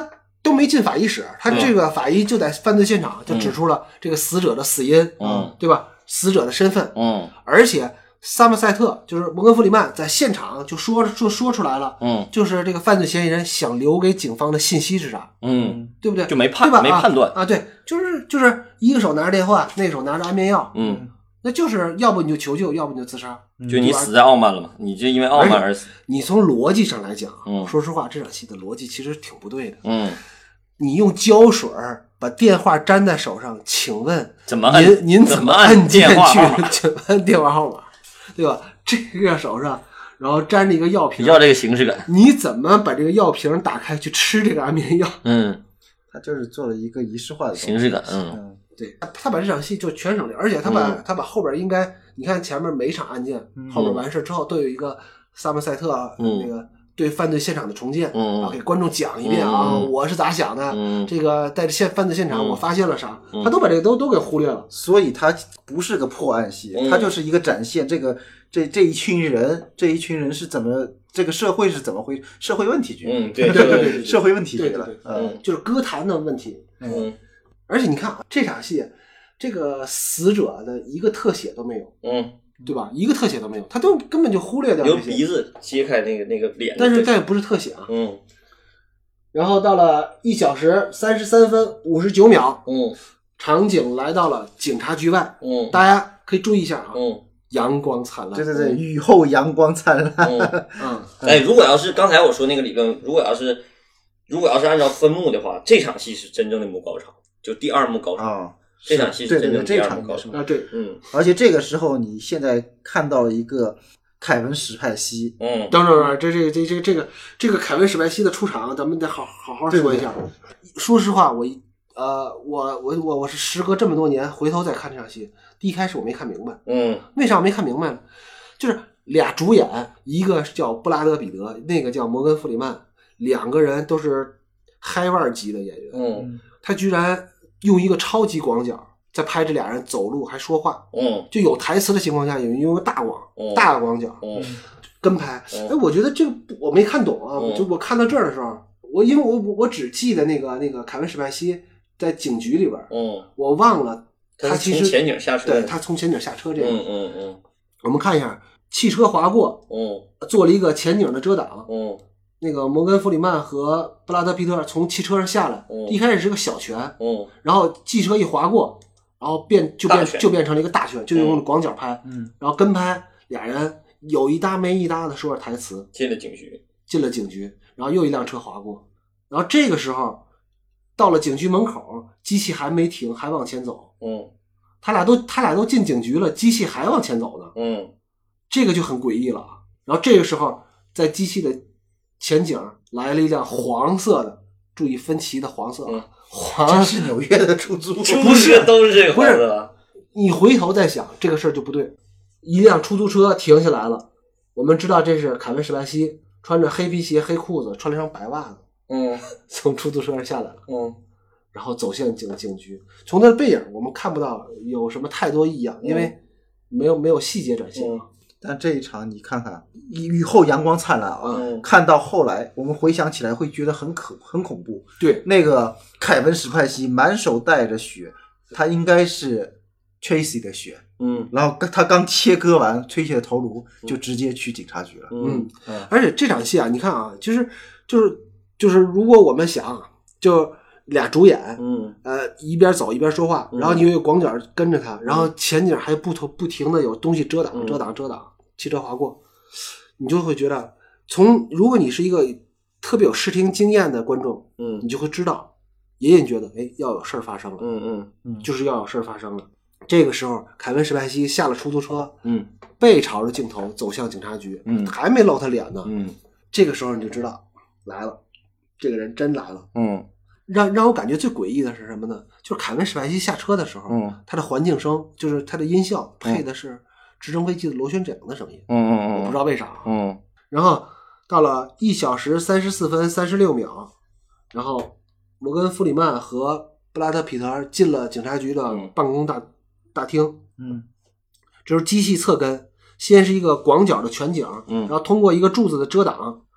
都没进法医室，他这个法医就在犯罪现场就指出了这个死者的死因， 嗯， 对吧？死者的身份， 嗯， 而且萨默塞特就是摩根弗里曼在现场就说就说出来了， 嗯， 就是这个犯罪嫌疑人想留给警方的信息是啥， 嗯， 对不对？ 就没判对吧？ 没判断啊，啊对，就是就是一个手拿着电话，那个手拿着安眠药， 嗯， 那就是要不你就求救，要不你就自杀， 就你死在傲慢了嘛，你就因为傲慢而死。 你从逻辑上来讲， 嗯， 说实话，这场戏的逻辑其实挺不对的。 嗯， 你用胶水把电话粘在手上，请问怎么按您您怎么按键电话号去？请按电话号码，对吧？这个手上，然后粘着一个药瓶， 要这个形式感。 你怎么把这个药瓶打开去吃这个安眠药？ 嗯， 他就是做了一个仪式化的东西形式感。嗯， 嗯， 对，他他把这场戏就全省略，而且他把、 嗯、 他把后边应该，你看前面每一场案件、 嗯、 后边完事之后都有一个萨默塞特、 嗯、 那个对犯罪现场的重建， 嗯， 然后给观众讲一遍啊， 嗯、 我是咋想的， 嗯， 这个在现犯罪现场我发现了啥， 嗯、 他都把这个都都给忽略了， 所以他不是个破案戏， 嗯、 他就是一个展现这个这这一群人这一群人是怎么。这个社会是怎么回社会问题局？ 嗯，对对对对， 社会问题局了， 对对对， 嗯， 就是歌坛的问题。 嗯， 而且你看啊，这场戏，这个死者的一个特写都没有， 嗯， 对吧？一个特写都没有，他都根本就忽略掉这些。 由鼻子揭开那个那个脸， 但是但也不是特写啊。 嗯。 然后到了一小时三十三分五十九秒， 嗯， 场景来到了警察局外， 嗯， 大家可以注意一下啊， 嗯。 阳光灿烂， 对对对，雨后阳光灿烂。 嗯嗯，哎，如果要是刚才我说那个理论，如果要是如果要是按照分幕的话，这场戏是真正的幕高潮，就第二幕高潮。 啊， 这场戏是真正的第二幕高潮啊，对， 嗯。 而且这个时候，你现在看到了一个凯文史派西， 嗯， 等等等，这这这这这个这个凯文史派西的出场，咱们得好好好说一下。说实话，我呃，我我我我是时隔这么多年回头再看这场戏，第一开始我没看明白， 嗯， 为啥我没看明白呢？就是俩主演，一个叫布拉德彼得，那个叫摩根弗里曼，两个人都是嗨腕级的演员， 嗯， 他居然用一个超级广角在拍这俩人走路还说话， 嗯， 就有台词的情况下，有人用个大广、 嗯、 大广角， 嗯， 跟拍， 嗯、 哎，我觉得这个我没看懂啊， 嗯、 就我看到这儿的时候，我因为我我只记得那个那个凯文史派西在警局里边， 嗯， 我忘了他其实从前景下车， 对他从前景下车这个， 嗯嗯嗯， 我们看一下，汽车划过， 嗯， 做了一个前景的遮挡， 嗯， 那个摩根弗里曼和布拉德皮特从汽车上下来， 嗯， 一开始是个小拳， 嗯， 然后汽车一划过，然后变就变就变成了一个大拳，就用广角拍， 嗯， 然后跟拍，俩人有一搭没一搭的说着台词， 进了警局， 进了警局，然后又一辆车划过，然后这个时候到了警局门口，机器还没停，还往前走， 嗯， 他俩都他俩都进警局了，机器还往前走呢， 嗯， 这个就很诡异了。然后这个时候，在机器的前景来了一辆黄色的，注意分歧的黄色， 嗯、 黄是纽约的出租， 出租都是这个黄色的。 你回头再想，这个事儿就不对。一辆出租车停下来了，我们知道这是凯文史派西，穿着黑皮鞋、黑裤子，穿了双白袜子， 嗯， 从出租车上下来了， 嗯， 然后走向警警局。从他的背影，我们看不到有什么太多异样，因为没有没有细节展现。 嗯， 但这一场你看看，雨后阳光灿烂啊！ 嗯， 看到后来，我们回想起来会觉得很可很恐怖。 对， 那个凯文史派西满手带着血，他应该是 Tracy 的血。 嗯， 然后他刚切割完吹起了头颅，就直接去警察局了。 嗯， 嗯而且这场戏啊，你看啊，其实就是就是，如果我们想，就俩主演， 嗯， 呃，一边走一边说话，然后你有一个广角跟着他，然后前景还不停不停的有东西遮挡、遮挡、遮挡，汽车划过，你就会觉得，从如果你是一个特别有视听经验的观众， 嗯， 你就会知道，隐隐觉得，哎，要有事儿发生了， 嗯嗯嗯， 就是要有事儿发生了。这个时候，凯文史派西下了出租车， 嗯， 背朝着镜头走向警察局， 嗯， 还没露他脸呢， 嗯， 这个时候你就知道来了，这个人真来了， 嗯， 让让我感觉最诡异的是什么呢？就是凯文史派西下车的时候， 嗯， 他的环境声就是他的音效配的是直升飞机的螺旋桨的声音， 嗯嗯嗯， 我不知道为啥， 嗯， 然后到了一小时三十四分三十六秒，然后摩根弗里曼和布拉德皮特进了警察局的办公大。大厅， 嗯， 这是机器侧跟，先是一个广角的全景， 嗯， 然后通过一个柱子的遮挡，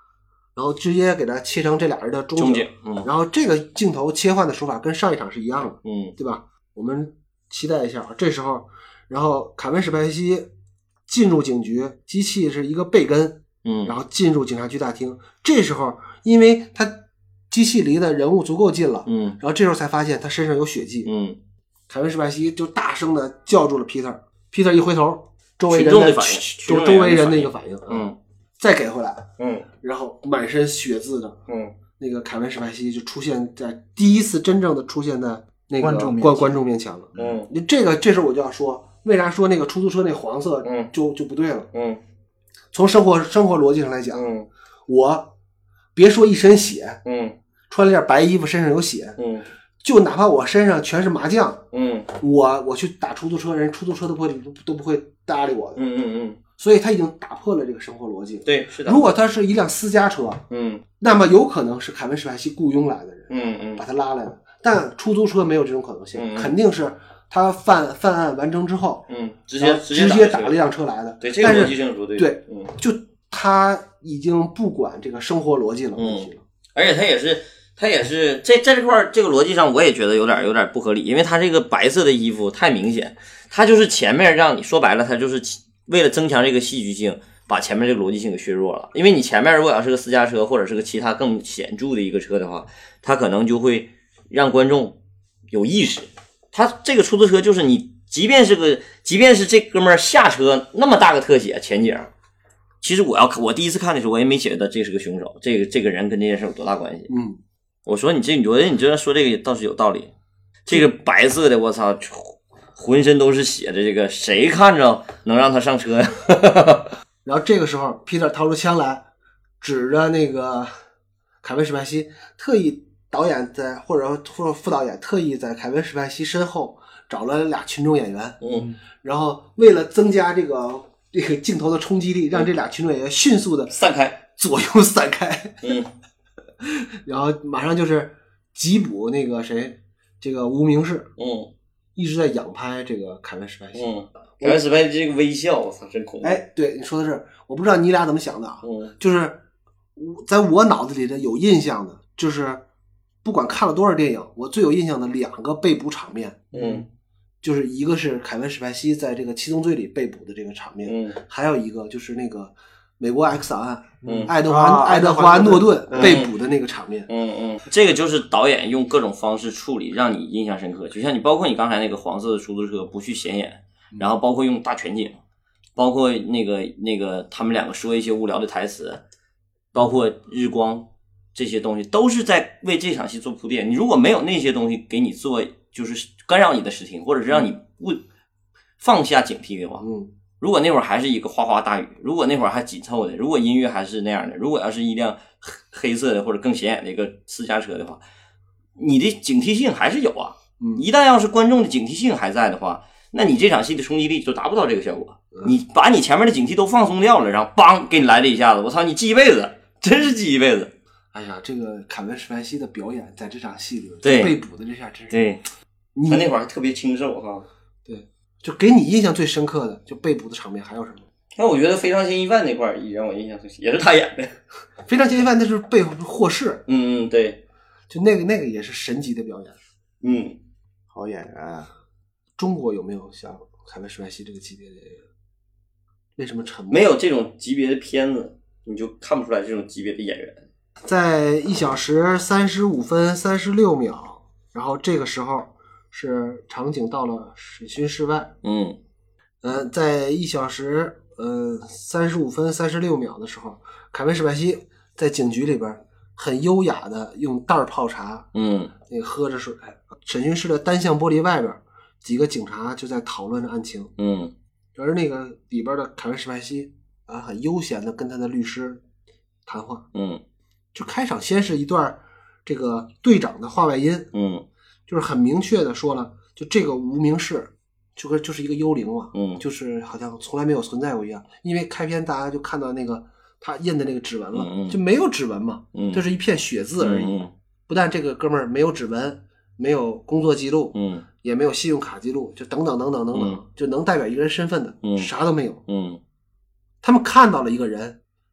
然后直接给它切成这俩人的中中景，嗯， 然后这个镜头切换的手法跟上一场是一样的， 嗯， 对吧？我们期待一下，这时候，然后凯文史派西进入警局，机器是一个背根， 嗯， 然后进入警察局大厅。这时候，因为他机器离的人物足够近了， 嗯， 然后这时候才发现他身上有血迹， 嗯， 凯文史派西就大声的叫住了皮特，皮特一回头，周围人群众的反应周周围人的一个反应， 嗯， 再给回来， 嗯， 然后满身血渍的， 嗯， 那个凯文史派西就出现在第一次真正的出现在那个观众面前观观众面前了。 嗯， 你这个这时候我就要说，为啥说那个出租车那黄色嗯就就不对了？ 嗯， 从生活生活逻辑上来讲， 嗯， 我别说一身血， 嗯， 穿了件白衣服，身上有血， 嗯， 就哪怕我身上全是麻将， 嗯， 我我去打出租车，人出租车都不会都不会搭理我的。 嗯嗯嗯， 所以他已经打破了这个生活逻辑。 对，是的。 如果他是一辆私家车， 嗯那么有可能是凯文史派西雇佣来的人， 嗯嗯把他拉来的。但出租车没有这种可能性， 嗯嗯肯定是他犯犯案完成之后， 嗯，直然后接直接打了一辆车来的。 对，这个但是逻辑性说对。 对， 嗯， 就他已经不管这个生活逻辑了问题了。 而且他也是，他也是在在这块儿这个逻辑上，我也觉得有点有点不合理，因为他这个白色的衣服太明显，他就是前面让你说白了，他就是为了增强这个戏剧性，把前面这个逻辑性给削弱了。因为你前面如果要是个私家车或者是个其他更显著的一个车的话，他可能就会让观众有意识。他这个出租车就是你，即便是个，即便是这哥们儿下车那么大个特写前景。其实我要我第一次看的时候，我也没觉得这是个凶手，这个这个人跟这件事有多大关系？ 嗯， 我说你这，你觉得你这说这个倒是有道理。这个白色的，我操，浑身都是血的，这个谁看着能让他上车呀？ 然后这个时候，皮特掏出枪来，指着那个凯文史派西，特意导演在或者或者副导演特意在凯文史派西身后找了俩群众演员， 嗯， 然后为了增加这个。这个镜头的冲击力，让这俩群众演员迅速的散开， 左右散开， 嗯， 然后马上就是缉捕那个谁，这个无名氏， 嗯， 一直在仰拍这个凯文史派西， 嗯，凯文史派西这个微笑，我操，真恐怖！ 哎，对，你说的是，我不知道你俩怎么想的啊， 嗯， 就是在我脑子里的有印象的，就是不管看了多少电影，我最有印象的两个被捕场面， 嗯。 就是一个是凯文史派西在这个七宗罪里被捕的这个场面， 嗯， 还有一个就是那个美国 X 档案， 嗯， 爱德华、 啊、 爱德华诺顿被捕的那个场面， 嗯嗯，这个就是导演用各种方式处理，让你印象深刻。就像你，包括你刚才那个黄色的出租车不去显眼，然后包括用大全景，包括那个那个他们两个说一些无聊的台词，包括日光这些东西，都是在为这场戏做铺垫。你如果没有那些东西给你做。就是干扰你的视听，或者是让你不放下警惕的话， 嗯， 如果那会儿还是一个哗哗大雨，如果那会儿还紧凑的，如果音乐还是那样的，如果要是一辆黑色的或者更显眼的一个私家车的话，你的警惕性还是有啊。 嗯， 一旦要是观众的警惕性还在的话，那你这场戏的冲击力就达不到这个效果。 嗯、 你把你前面的警惕都放松掉了，然后梆给你来了一下子，我操，你记一辈子，真是记一辈子。 哎呀，这个凯文史派西的表演在这场戏里对被捕的这下真是对。他那会儿还特别清瘦哈， 对，就给你印象最深刻的就被捕的场面还有什么？ 那我觉得《非常嫌疑犯》那块儿也让我印象最深，也是他演的。 非常嫌疑犯那是被获释， 嗯嗯，对， 就那个那个也是神级的表演。 嗯， 好演员。 中国有没有像凯文史派西这个级别的？为什么沉默？ 没有这种级别的片子，你就看不出来这种级别的演员。 在一小时三十五分三十六秒，然后这个时候。是场景到了审讯室外， 嗯， 呃，在一小时呃三十五分三十六秒的时候，凯文史派西在警局里边很优雅的用袋泡茶， 嗯， 那个喝着水。审讯室的单向玻璃外边，几个警察就在讨论着案情， 嗯， 而那个里边的凯文史派西啊，很悠闲的跟他的律师谈话， 嗯， 就开场先是一段这个队长的话外音， 嗯。 就是很明确的说了，就这个无名氏，就是就是一个幽灵嘛， 嗯， 就是好像从来没有存在过一样。因为开篇大家就看到那个他印的那个指纹了， 嗯嗯、 就没有指纹嘛， 嗯， 就是一片血渍而已。 嗯嗯、 不但这个哥们儿没有指纹，没有工作记录， 嗯， 也没有信用卡记录，就等等等等等等， 嗯、 就能代表一个人身份的， 嗯， 啥都没有。 嗯， 他们看到了一个人，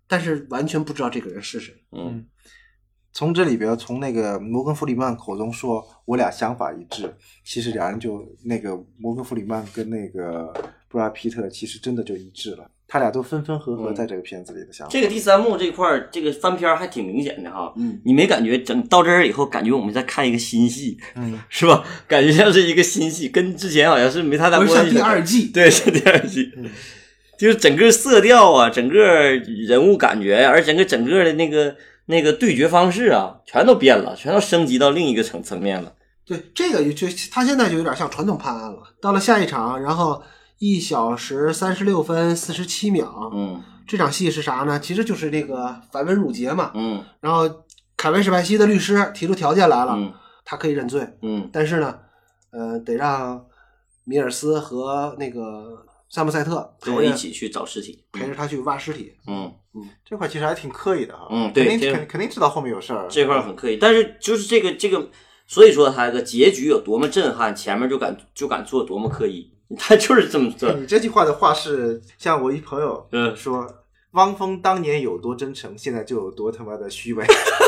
但是完全不知道这个人是谁。 嗯， 从这里边，从那个摩根弗里曼口中说我俩想法一致，其实俩人就那个摩根弗里曼跟那个布拉皮特其实真的就一致了，他俩都分分合合在这个片子里的想法。 这个第三幕这块儿，这个翻篇还挺明显的哈。 嗯， 你没感觉整到这儿以后，感觉我们在看一个新戏， 嗯， 是吧？感觉像是一个新戏，跟之前好像是没太大关系的。 像第二季， 对，是第二季。嗯，就是整个色调啊，整个人物感觉呀、啊，而整个整个的那个那个对决方式啊，全都变了，全都升级到另一个层层面了。 对，这个就他现在就有点像传统判案了。到了下一场，然后一小时三十六分四十七秒， 嗯， 这场戏是啥呢？其实就是那个繁文缛节嘛， 嗯， 然后凯文史派西的律师提出条件来了， 嗯， 他可以认罪， 嗯， 但是呢，呃，得让米尔斯和那个萨姆塞特跟我一起去找尸体， 陪着他去挖尸体。 嗯嗯， 这块其实还挺刻意的哈。 嗯，对， 肯定肯肯定知道后面有事儿， 这块很刻意，但是就是这个这个，所以说他这个结局有多么震撼，前面就敢就敢做多么刻意，他就是这么做。 你这句话的话是像我一朋友嗯说，汪峰当年有多真诚，现在就有多他妈的虚伪。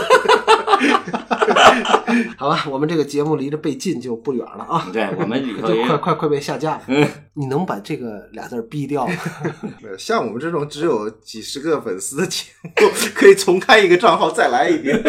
好吧，我们这个节目离着被禁就不远了啊。 对，我们里头就也快快快被下架了。 嗯， 你能把这个俩字逼掉吗？ 像我们这种只有几十个粉丝的节目，可以重开一个账号再来一遍。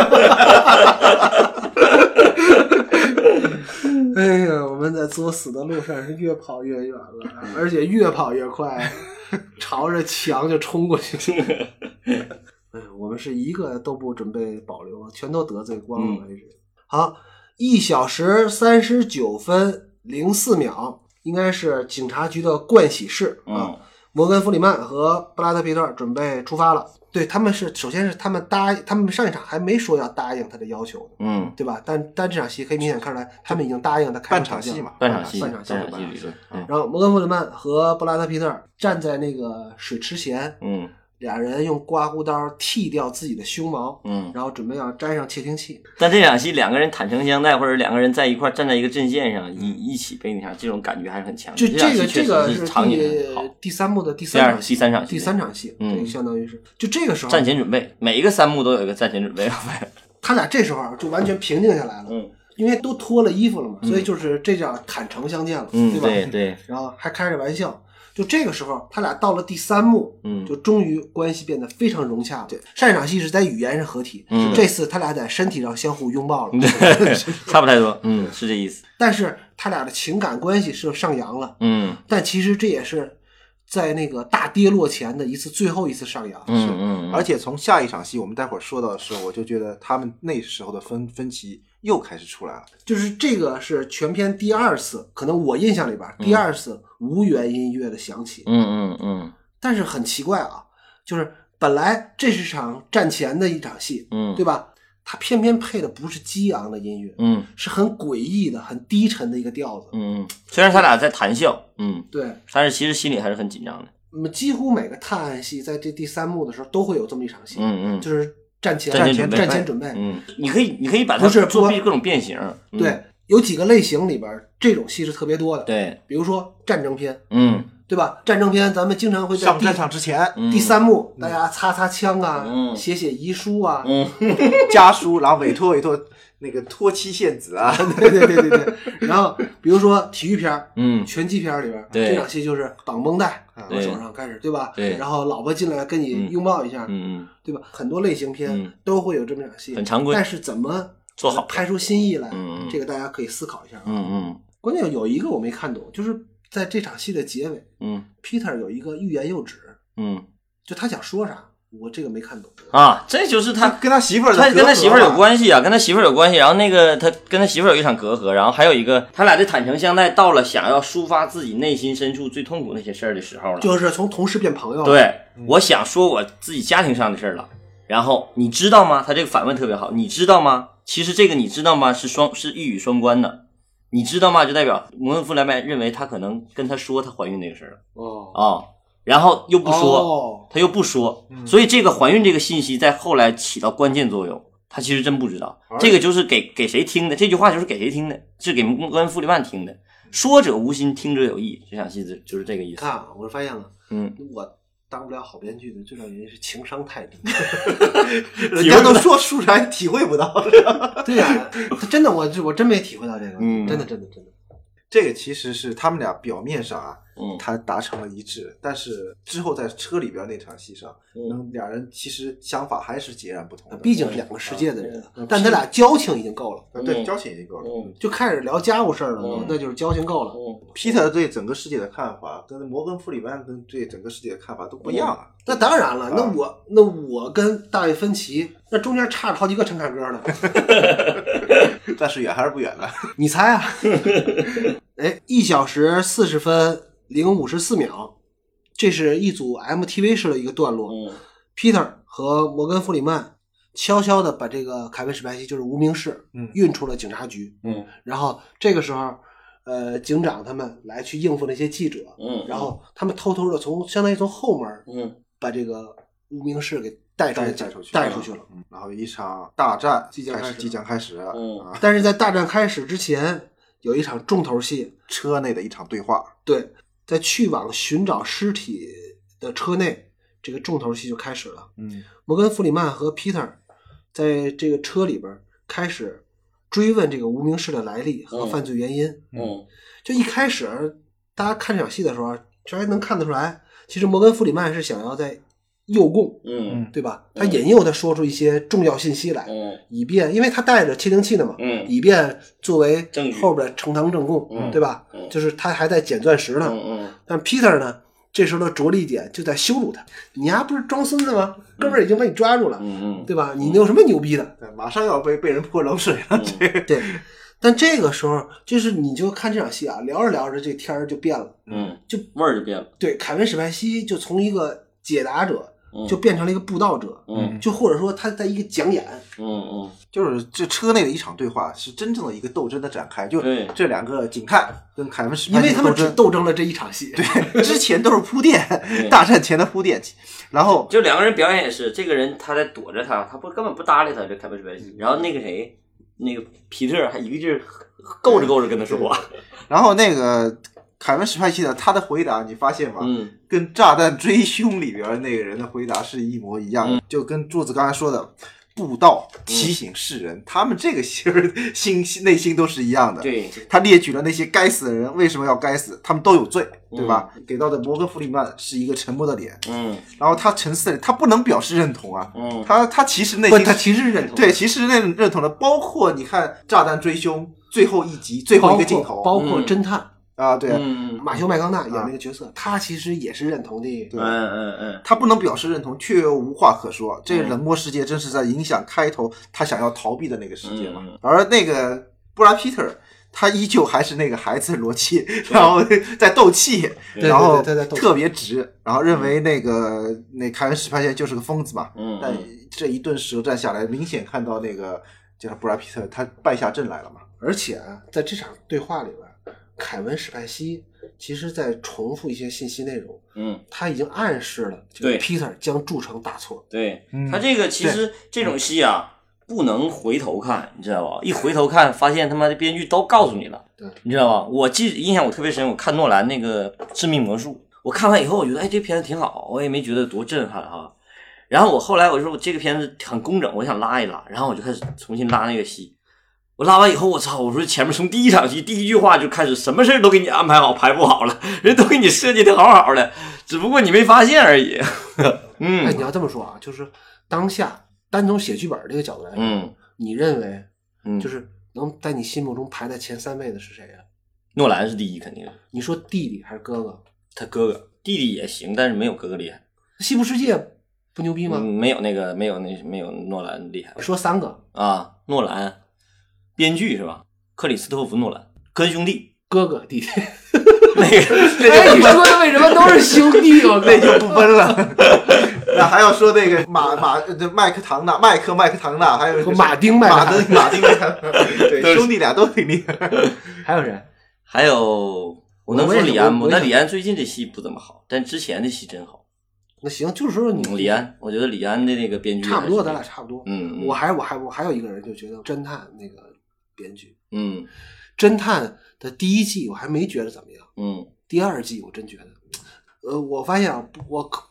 哎呀，我们在作死的路上是越跑越远了，而且越跑越快，朝着墙就冲过去。哎，我们是一个都不准备保留，全都得罪光了为止。嗯、好，一小时三十九分零四秒，应该是警察局的盥洗室啊。 嗯， 摩根·弗里曼和布拉德·皮特准备出发了。对，他们是首先是他们答，他们上一场还没说要答应他的要求的， 嗯， 对吧？但但这场戏可以明显看出来，他们已经答应他开半场戏嘛， 半场戏， 半场戏， 半场戏理论。 然后摩根·弗里曼和布拉德·皮特站在那个水池前， 嗯， 俩人用刮胡刀剃掉自己的胸毛， 嗯， 然后准备要粘上窃听器。 但这场戏两个人坦诚相待，或者两个人在一块站在一个阵线上，一一起背那场，这种感觉还是很强的。 这这个这个是场景好。 第三幕的第三场戏， 第三场戏， 第三场戏， 嗯， 对，相当于是就这个时候战前准备，每一个三幕都有一个战前准备。 他俩这时候就完全平静下来了， 嗯， 因为都脱了衣服了嘛，所以就是这叫坦诚相见了， 嗯， 对吧？ 对对。 然后还开着玩笑。就这个时候，他俩到了第三幕， 嗯， 就终于关系变得非常融洽了。对，上一场戏是在语言上合体， 嗯， 这次他俩在身体上相互拥抱了， 差不太多，嗯，是这意思。 但是他俩的情感关系是上扬了， 嗯， 但其实这也是在那个大跌落前的一次最后一次上扬， 嗯嗯， 而且从下一场戏我们待会儿说到的时候，我就觉得他们那时候的分分歧又开始出来了。 就是这个是全片第二次，可能我印象里边第二次无源音乐的响起， 嗯嗯嗯， 但是很奇怪啊，就是本来这是场战前的一场戏， 嗯， 对吧？他偏偏配的不是激昂的音乐， 嗯， 是很诡异的、很低沉的一个调子， 嗯，虽然他俩在谈笑，嗯， 对， 但是其实心里还是很紧张的。 嗯，几乎每个探案戏在这第三幕的时候都会有这么一场戏， 嗯嗯， 就是战前战前准备， 战前准备， 嗯，你可以你可以把它不是做各种变形，嗯、 对，有几个类型里边这种戏是特别多的， 对， 比如说战争片， 嗯， 对吧？战争片咱们经常会在上战场之前， 第三幕、嗯、大家擦擦枪啊， 嗯、 写写遗书啊， 嗯， 家书，然后委托委托那个托妻献子啊， 对对对对对。然后比如说体育片， 嗯， 拳击片里边， 对这场戏就是绑绷带往手上开始，对吧？ 对。 然后老婆进来跟你拥抱一下， 嗯嗯， 对吧？很多类型片都会有这么场戏， 很常规。 但是怎么做好拍出新意来， 嗯， 这个大家可以思考一下。 嗯嗯。 关键有一个我没看懂，就是在这场戏的结尾， 嗯 ，Peter 有一个欲言又止， 嗯， 就他想说啥，我这个没看懂啊，这就是他跟他媳妇儿， 他跟他媳妇儿有关系啊，跟他媳妇儿有关系。然后那个他跟他媳妇儿有一场隔阂，然后还有一个他俩的坦诚相待，到了想要抒发自己内心深处最痛苦那些事儿的时候了， 就是从同事变朋友了。 对，嗯、我想说我自己家庭上的事儿了。然后你知道吗？他这个反问特别好，你知道吗？其实这个你知道吗？是双是一语双关的。你知道吗？就代表摩根·弗莱曼认为他可能跟他说他怀孕那个事儿了。 哦啊、哦，然后又不说， 哦、 他又不说、嗯，所以这个怀孕这个信息在后来起到关键作用。他其实真不知道，这个就是给给谁听的？这句话就是给谁听的？是给摩根·弗里曼听的。说者无心，听者有意。这场戏就是这个意思。 看啊，我发现了， 嗯， 我当不了好编剧的最重要原因是情商太低。 人家都说书还体会不到。 对呀、啊，真的我我真没体会到这个， 嗯真的真的真的。 这个其实是他们俩表面上啊， 嗯他达成了一致，但是之后在车里边那场戏上，嗯，俩人其实想法还是截然不同的。 毕竟是两个世界的人， 嗯、 但他俩交情已经够了。 嗯、对，交情已经够了， 嗯、 就开始聊家务事儿了、 嗯， 那就是交情够了。 嗯， 皮特对整个世界的看法跟摩根·弗里曼跟对整个世界的看法都不一样啊。 嗯、那当然了，那我、啊、那我跟大卫·芬奇那中间差着好几个陈凯歌呢。 但是远还是不远的？ 你猜啊？哎，一小时四十分零五十四秒，这是一组 M T V 式的一个段落。 嗯 Peter 和摩根·弗里曼悄悄的把这个凯文·史派西就是无名氏嗯运出了警察局。 嗯， 然后这个时候，呃，警长他们来去应付那些记者。 嗯， 然后他们偷偷的从相当于从后门， 嗯， 把这个无名氏给带出带带出去， 带出去了。 嗯，然后一场大战即将开始， 即将开始。 嗯， 啊、 但是在大战开始之前，有一场重头戏， 车内的一场对话。 对，在去往寻找尸体的车内，这个重头戏就开始了。 嗯， 摩根·弗里曼和 Peter 在这个车里边开始追问这个无名氏的来历和犯罪原因。 嗯， 就一开始大家看这场戏的时候，这还能看得出来，其实摩根·弗里曼是想要在诱供， 嗯， 对吧？他引诱他说出一些重要信息来， 嗯， 以便，因为他带着窃听器的嘛， 嗯， 以便作为证据后边呈堂证供， 嗯， 对吧？ 嗯， 就是他还在捡钻石呢， 嗯嗯， 但 Peter 呢，这时候的着力点就在羞辱他，你丫不是装孙子吗？哥们儿已经把你抓住了， 嗯嗯， 对吧？你有什么牛逼的？ 对，马上要被被人泼冷水了，这个对。但这个时候，就是你就看这场戏啊，聊着聊着，这天儿就变了， 嗯， 就味儿就变了。 对，凯文·史派西就从一个解答者。 嗯、 就变成了一个布道者， 嗯， 就或者说他在一个讲演， 嗯嗯， 就是这车内的一场对话是真正的一个斗争的展开，就对这两个警探跟凯文·史派因为他们只斗争了这一场戏， 对，之前都是铺垫，大战前的铺垫，然后就两个人表演也是，这个人他在躲着他，他不根本不搭理他，这凯文·史派西，然后那个谁，那个皮特还一个劲儿够着够着跟他说话， 然后那个。凯文·史派西的他的回答，你发现吗？ 嗯， 跟《炸弹追凶》里边那个人的回答是一模一样的， 嗯、 就跟柱子刚才说的布道提醒世人，嗯、他们这个心心内心都是一样的。 对， 他列举了那些该死的人为什么要该死，他们都有罪，对吧？ 嗯、 给到的摩根·弗里曼是一个沉默的脸， 嗯， 然后他沉思，他不能表示认同啊， 嗯， 他他其实内心他其实认同， 对，其实认认同的，包括你看《炸弹追凶》最后一集最后一个镜头， 包括, 包括侦探。 嗯啊，对， 嗯， 马修麦康纳演那个角色，啊、他其实也是认同的， 对， 嗯嗯嗯， 他不能表示认同，却又无话可说。这个冷漠世界真是在影响开头他想要逃避的那个世界嘛。 嗯、 而那个布拉皮特，他依旧还是那个孩子罗切，然后在斗气，然后特别直，然后认为那个那凯文·史派西就是个疯子嘛。 嗯， 但这一顿舌战下来，明显看到那个就是布拉皮特他败下阵来了嘛。 而且在这场对话里边。凯文·史派西其实在重复一些信息内容， 嗯， 他已经暗示了， 对 ，Peter 将铸成大错。 对、 嗯、 他这个其实这种戏啊，不能回头看，你知道吧？一回头看，发现他妈的编剧都告诉你了， 对， 你知道吧？我记印象我特别深，我看诺兰那个《致命魔术》，我看完以后，我觉得哎，这片子挺好，我也没觉得多震撼哈。然后我后来我说我这个片子很工整，我想拉一拉，然后我就开始重新拉那个戏。我拉完以后，我操！我说前面从第一场戏第一句话就开始，什么事都给你安排好、排布好了，人都给你设计的好好的，只不过你没发现而已。嗯， 哎，你要这么说啊，就是当下单从写剧本这个角度来说， 嗯， 你认为， 嗯， 就是能在你心目中排在前三位的是谁啊？ 诺兰是第一，肯定是。 你说弟弟还是哥哥？ 他哥哥，弟弟也行，但是没有哥哥厉害。 西部世界不牛逼吗？ 嗯、没有那个，没有那没有诺兰厉害。 说三个啊，诺兰。编剧是吧？克里斯托弗·诺兰，跟兄弟， 哥哥弟弟， 那个， 哎，你说的为什么都是兄弟？我那就不分了。那还要说那个马马麦克唐纳、麦克麦克唐纳，还有马丁麦克马丁马丁麦克，对，兄弟俩都挺厉害。 还有谁？ 还有我能说李安吗？那李安最近这戏不怎么好，但之前的戏真好。 那行，就是说你李安，我觉得李安的那个编剧差不多，咱俩差不多。 嗯，嗯我还我还我还有一个人就觉得侦探那个编剧， 嗯， 侦探的第一季我还没觉得怎么样， 嗯， 第二季我真觉得，呃，我发现啊，我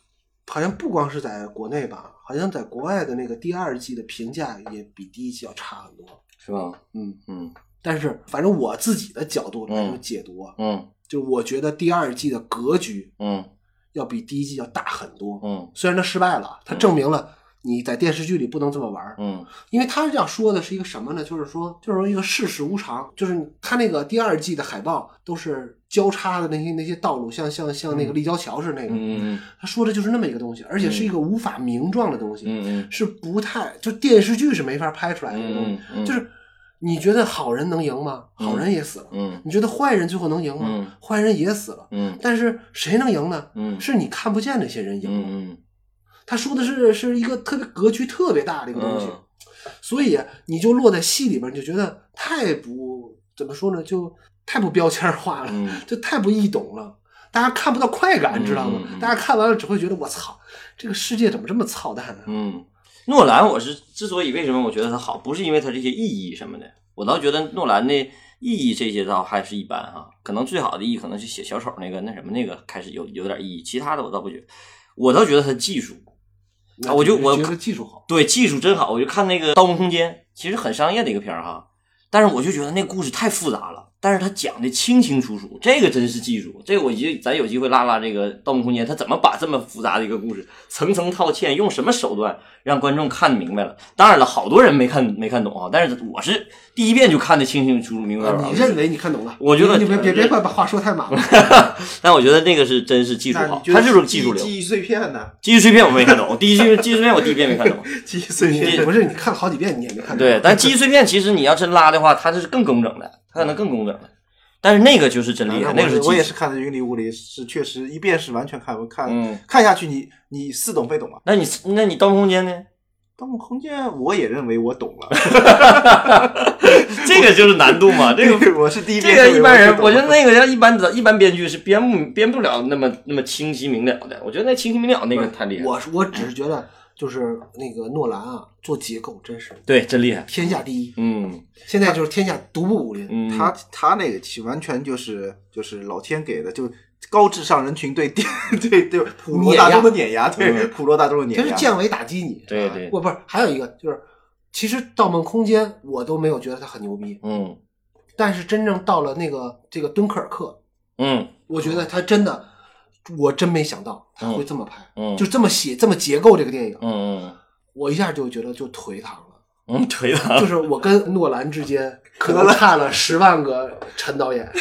好像不光是在国内吧，好像在国外的那个第二季的评价也比第一季要差很多， 是吧？ 嗯嗯但是反正我自己的角度来说解读啊， 嗯就我觉得第二季的格局嗯要比第一季要大很多。 嗯虽然它失败了，它证明了你在电视剧里不能这么玩。 嗯因为他要说的是一个什么呢？就是说，就是说一个世事无常，就是他那个第二季的海报都是交叉的那些那些道路，像像像那个立交桥是那个， 嗯嗯他说的就是那么一个东西，而且是一个无法名状的东西， 嗯嗯是不太就电视剧是没法拍出来的一个东西， 嗯嗯就是你觉得好人能赢吗？好人也死了。 嗯你觉得坏人最后能赢吗？ 嗯坏人也死了。 嗯但是谁能赢呢？ 嗯是你看不见那些人赢了。 嗯他说的是是一个特别格局特别大的一个东西， 嗯所以你就落在戏里边，你就觉得太不怎么说呢，就太不标签化了， 嗯就太不易懂了。大家看不到快感， 嗯知道吗？ 嗯嗯大家看完了只会觉得我操，这个世界怎么这么操蛋呢？ 嗯，诺兰我是之所以为什么我觉得他好，不是因为他这些意义什么的，我倒觉得诺兰的意义这些倒还是一般哈，可能最好的意义可能是写小丑那个那什么那个开始有有点意义，其他的我倒不觉得，我倒觉得他技术。啊，我就我觉得技术好， 对技术真好，我就看那个《盗梦空间》，其实很商业的一个片儿哈，但是我就觉得那故事太复杂了，但是他讲的清清楚楚，这个真是技术。这个我觉得咱有机会拉拉这个《盗梦空间》，他怎么把这么复杂的一个故事层层套嵌，用什么手段让观众看明白了？当然了，好多人没看没看懂啊，但是我是第一遍就看得清清楚楚、明白了。 你认为你看懂了？ 我觉得你别别别把话说太满了。 但我觉得那个是真是技术好，他就是技术流。 记忆碎片呢？ 记忆碎片我没看懂，第一句记忆碎片我第一遍没看懂。 记忆碎片不是你看好几遍你也没看懂。 对，但记忆碎片其实你要真拉的话，它这是更工整的，它可能更工整的。但是那个就是真厉害，那个是我也是看的云里雾里，是确实一遍是完全看不看、 嗯、 看下去你你似懂非懂啊。 那你那你《盗梦空间》呢？《 盗梦空间》我也认为我懂了， 这个就是难度嘛。这个我是第一遍， 这个一般人，我觉得那个像一般的一般编剧是编不编不了那么那么清晰明了的。我觉得那清晰明了那个太厉害。 我我只是觉得。就是那个诺兰啊，做结构真是对，真厉害， 天下第一。 嗯， 现在就是天下独步武林。 嗯， 他他那个其实完全就是就是老天给的，就高智商人群对对对普罗大众的碾压，对、嗯、普罗大众的碾压， 就是降维打击你。 对对， 不不是，还有一个就是，其实《盗梦空间》我都没有觉得它很牛逼， 嗯， 但是真正到了那个这个敦刻尔克， 嗯， 我觉得他真的。我真没想到他会这么拍， 嗯， 就这么写这么结构这个电影， 嗯嗯， 我一下就觉得就颓唐了， 嗯，颓唐， 就是我跟诺兰之间可能差了十万个陈导演，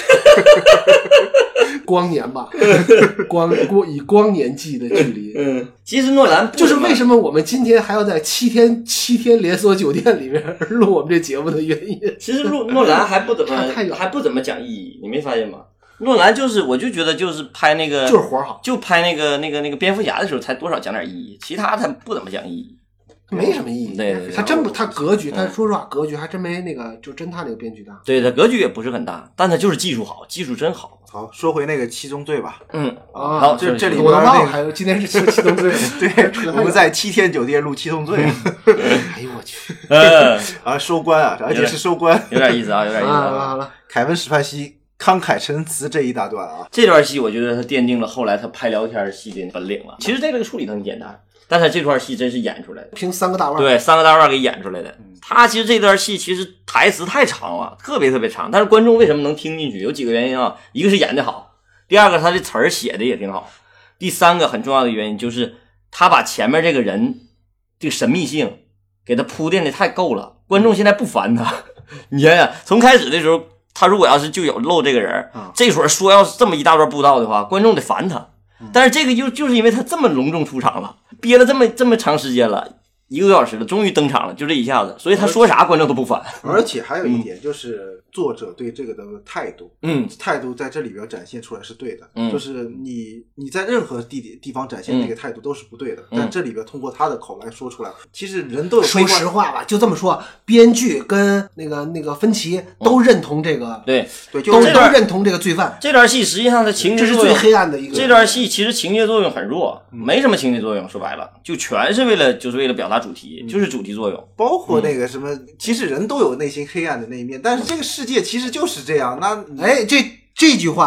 光年吧，光光以光年计的距离， 嗯，其实诺兰就是为什么我们今天还要在七天七天连锁酒店里面录我们这节目的原因。 其实诺诺兰还不怎么还还不怎么讲意义，你没发现吗？诺兰就是，我就觉得就是拍那个， 就是活好， 就拍那个那个那个蝙蝠侠的时候，才多少讲点意义，其他他不怎么讲意义， 没什么意义。 对对对， 他真不，他格局，他嗯说实话，格局还真没那个就侦探那个编剧大。 对，他格局也不是很大，但他就是技术好，技术真好。 好，说回那个七宗罪吧。 嗯， 啊， 好， 这这里边我忘了，还有今天是七七宗罪， 对，我们在七天酒店录七宗罪。 哎呦我去， 嗯， 啊，收官啊，而且是收官， 有点意思啊，有点意思啊。好了， 凯文史派西。慷慨陈词这一大段啊， 这段戏我觉得他奠定了后来他拍聊天戏的本领了。其实这个处理很简单，但是这段戏真是演出来的， 凭三个大腕， 对，三个大腕给演出来的。他其实这段戏其实台词太长了，特别特别长，但是观众为什么能听进去？有几个原因啊，一个是演得好，第二个他的词儿写的也挺好，第三个很重要的原因就是他把前面这个人这个神秘性给他铺垫的太够了，观众现在不烦他。你想想，从开始的时候。他如果要是就有漏这个人， 嗯、 这会儿说要是这么一大段布道的话，观众得烦他。但是这个就就是因为他这么隆重出场了，憋了这么这么长时间了，一个多小时了，终于登场了，就这一下子，所以他说啥观众都不烦。 而且还有一点就是作者对这个的态度， 嗯， 态度在这里边展现出来是对的， 嗯， 就是你你在任何地地方展现这个态度都是不对的， 嗯、 但这里边通过他的口来说出来，其实人都有。 说实话吧，就这么说，编剧跟那个那个芬奇都认同这个， 嗯、对对， 都都认同这个罪犯。 这段戏实际上的情节这是最黑暗的一个。 这段戏其实情节作用很弱，没什么情节作用，说白了就全是为了就是为了表达主题，就是主题作用。 包括那个什么，其实人都有内心黑暗的那一面，但是这个世界其实就是这样。那哎，这这句话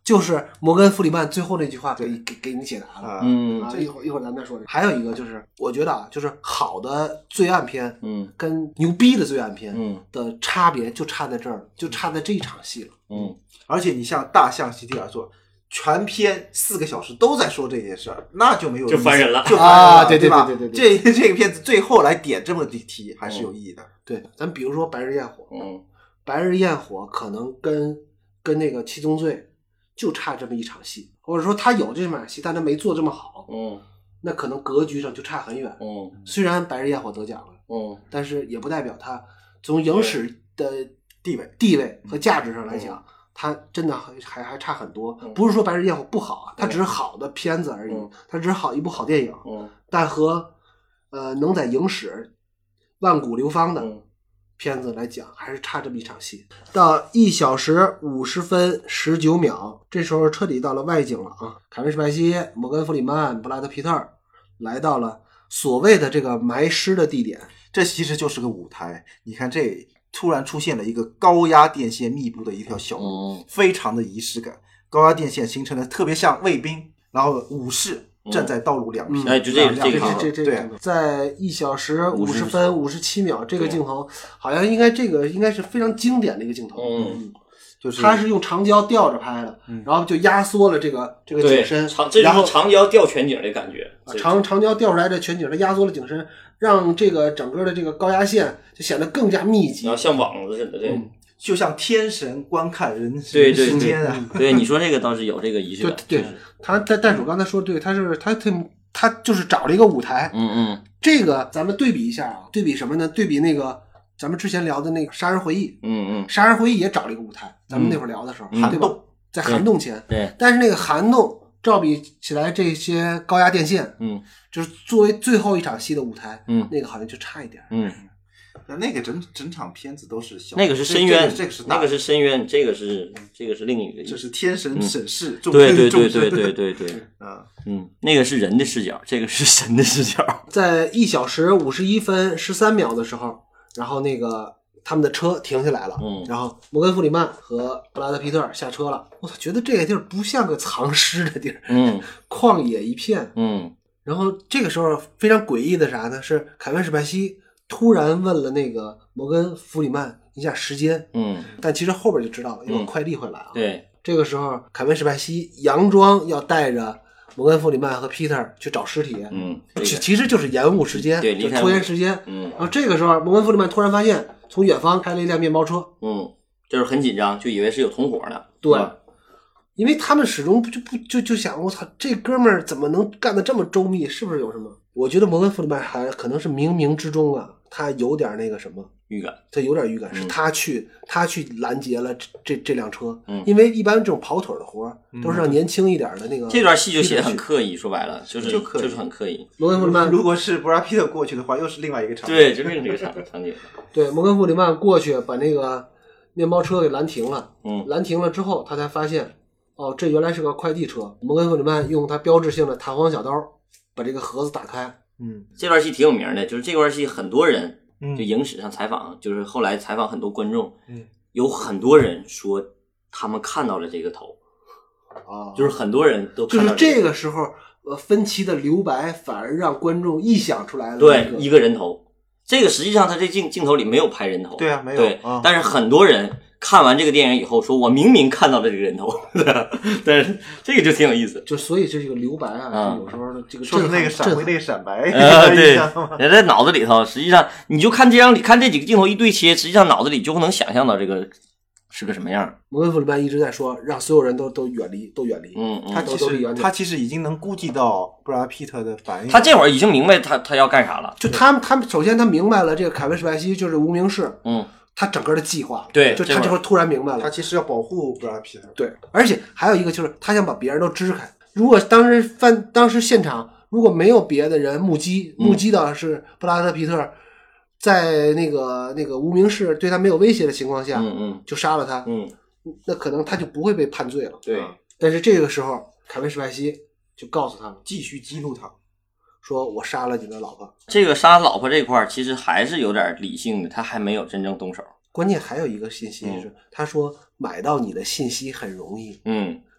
就是摩根·弗里曼最后那句话给给给你解答了。 啊， 嗯啊，一会儿一会儿咱们再说这个。还有一个就是，我觉得啊，就是好的罪案片， 嗯， 跟牛逼的罪案片， 嗯的差别就差在这儿，就差在这一场戏了。 嗯， 而且你像大象席地而坐，全篇四个小时都在说这件事儿，那就没有就烦人了， 就烦人了， 啊对对对吧？ 对对对这这个片子最后来点这么的题还是有意义的。 对，咱比如说《白日焰火》， 嗯， 白日焰火可能跟跟那个七宗罪就差这么一场戏，或者说他有这么场戏，但他没做这么好， 嗯， 那可能格局上就差很远。 嗯， 虽然白日焰火得奖了， 嗯， 但是也不代表他从影史的地位、 地位和价值上来讲，他真的还还还差很多。 嗯不是说白日焰火不好啊，它只是好的片子而已， 嗯它只是好一部好电影， 嗯， 但和呃能在影史万古流芳的嗯片子来讲，还是差这么一场戏。到一小时五十分十九秒，这时候彻底到了外景了啊！凯文·史派西、摩根·弗里曼、布拉德·皮特来到了所谓的这个埋尸的地点， 这其实就是个舞台。你看，这突然出现了一个高压电线密布的一条小路， 嗯非常的仪式感。高压电线形成了特别像卫兵，然后武士站在道路两边， 哎就这个这个两两这这这对个在一小时五十分五十七秒，这个镜头好像应该这个应该是非常经典的一个镜头。 嗯， 就是他是用长焦吊着拍的， 嗯然后就压缩了这个这个景深， 长这就是长焦吊全景的感觉， 长长焦吊出来的全景，它压缩了景深，让这个整个的这个高压线就显得更加密集， 然后像网子似的，对。 嗯就像天神观看人对对世间啊。 对，你说这个倒是有这个仪式对感。 对，他但但是我刚才说对，他是他他他就是找了一个舞台， 嗯嗯这个咱们对比一下啊，对比什么呢？对比那个咱们之前聊的那个《杀人回忆》， 嗯嗯， 《杀人回忆》也找了一个舞台，咱们那会儿聊的时候， 嗯对吧？在涵洞前， 对， 但是那个涵洞照比起来，这些高压电线， 嗯就是作为最后一场戏的舞台， 嗯那个好像就差一点。 嗯， 那个整整场片子都是小， 那个是深渊， 这个是大那个是深渊，这个是这个是另一个意思， 这是天神审视众对对众生对对对对对， 啊， 嗯，那个是人的视角，这个是神的视角。 在一小时五十一分十三秒的时候，然后那个他们的车停下来了， 嗯然后摩根·弗里曼和布拉德·皮特下车了。我操，觉得这个地儿不像个藏尸的地儿， 嗯旷野一片。 嗯然后这个时候非常诡异的啥呢？是凯文·史派西突然问了那个摩根·弗里曼一下时间， 嗯， 但其实后边就知道了，因为快递会来啊。 对， 这个时候凯文·史派西佯装要带着摩根·弗里曼和 Peter 去找尸体， 嗯，这个其其实就是延误时间， 对离开就拖延时间。 嗯然后这个时候摩根·弗里曼突然发现从远方开了一辆面包车， 嗯，就是很紧张，就以为是有同伙呢。 对是吧因为他们始终不就不就就想，我操，这哥们儿怎么能干得这么周密？是不是有什么？我觉得摩根·弗里曼还可能是冥冥之中啊，他有点那个什么。 预感， 他有点预感， 嗯是他去他去拦截了这这这辆车， 嗯因为一般这种跑腿的活儿都是让年轻一点的那个。 这段戏就写的很刻意，说白了就是就刻意就是很刻意。 摩根·弗里曼如果是布拉皮特过去的话，又是另外一个场景。 对，就另一个场场景。 对摩根·弗里曼过去把那个面包车给拦停了， 嗯拦停了之后，他才发现，哦，这原来是个快递车。摩根·弗里曼用他标志性的弹簧小刀把这个盒子打开。 嗯这段戏挺有名的，就是这段戏很多人嗯就影史上采访，就是后来采访很多观众， 嗯， 有很多人说他们看到了这个头， 啊， 就是很多人都就是看到这个时候，呃，分歧的留白反而让观众臆想出来了对一一个人头。这个实际上他这镜镜头里没有拍人头， 对啊没有对啊， 但是很多人看完这个电影以后说，我明明看到了这个人头，但是这个就挺有意思。 就所以这个留白啊， 嗯是有时候这个说是那个震撼闪回那个闪白， 呃，对， 你知道吗人在脑子里头，实际上你就看这张，看这几个镜头一对切，实际上脑子里就能想象到这个是个什么样。 摩根·弗里曼一直在说，让所有人都都远离，都远离。 嗯嗯， 他其实都离远点他其实已经能估计到布拉皮特的反应。 他这会儿已经明白他他要干啥了。 就他们，他们首先他明白了这个凯文·史派西就是无名氏， 嗯， 他整个的计划， 对这会儿就他这会儿突然明白了， 他其实要保护布拉皮特。 对，而且还有一个就是他想把别人都支开。如果当时犯当时现场如果没有别的人目击目击到是布拉德·皮特在那个那个无名氏对他没有威胁的情况下， 嗯嗯就杀了他， 嗯， 那可能他就不会被判罪了。 对， 但是这个时候，凯文·史派西就告诉他们， 继续激怒他。 说我杀了你的老婆。 这个杀老婆这块儿其实还是有点理性的，他还没有真正动手。 关键还有一个信息就是，他说买到你的信息很容易， 嗯，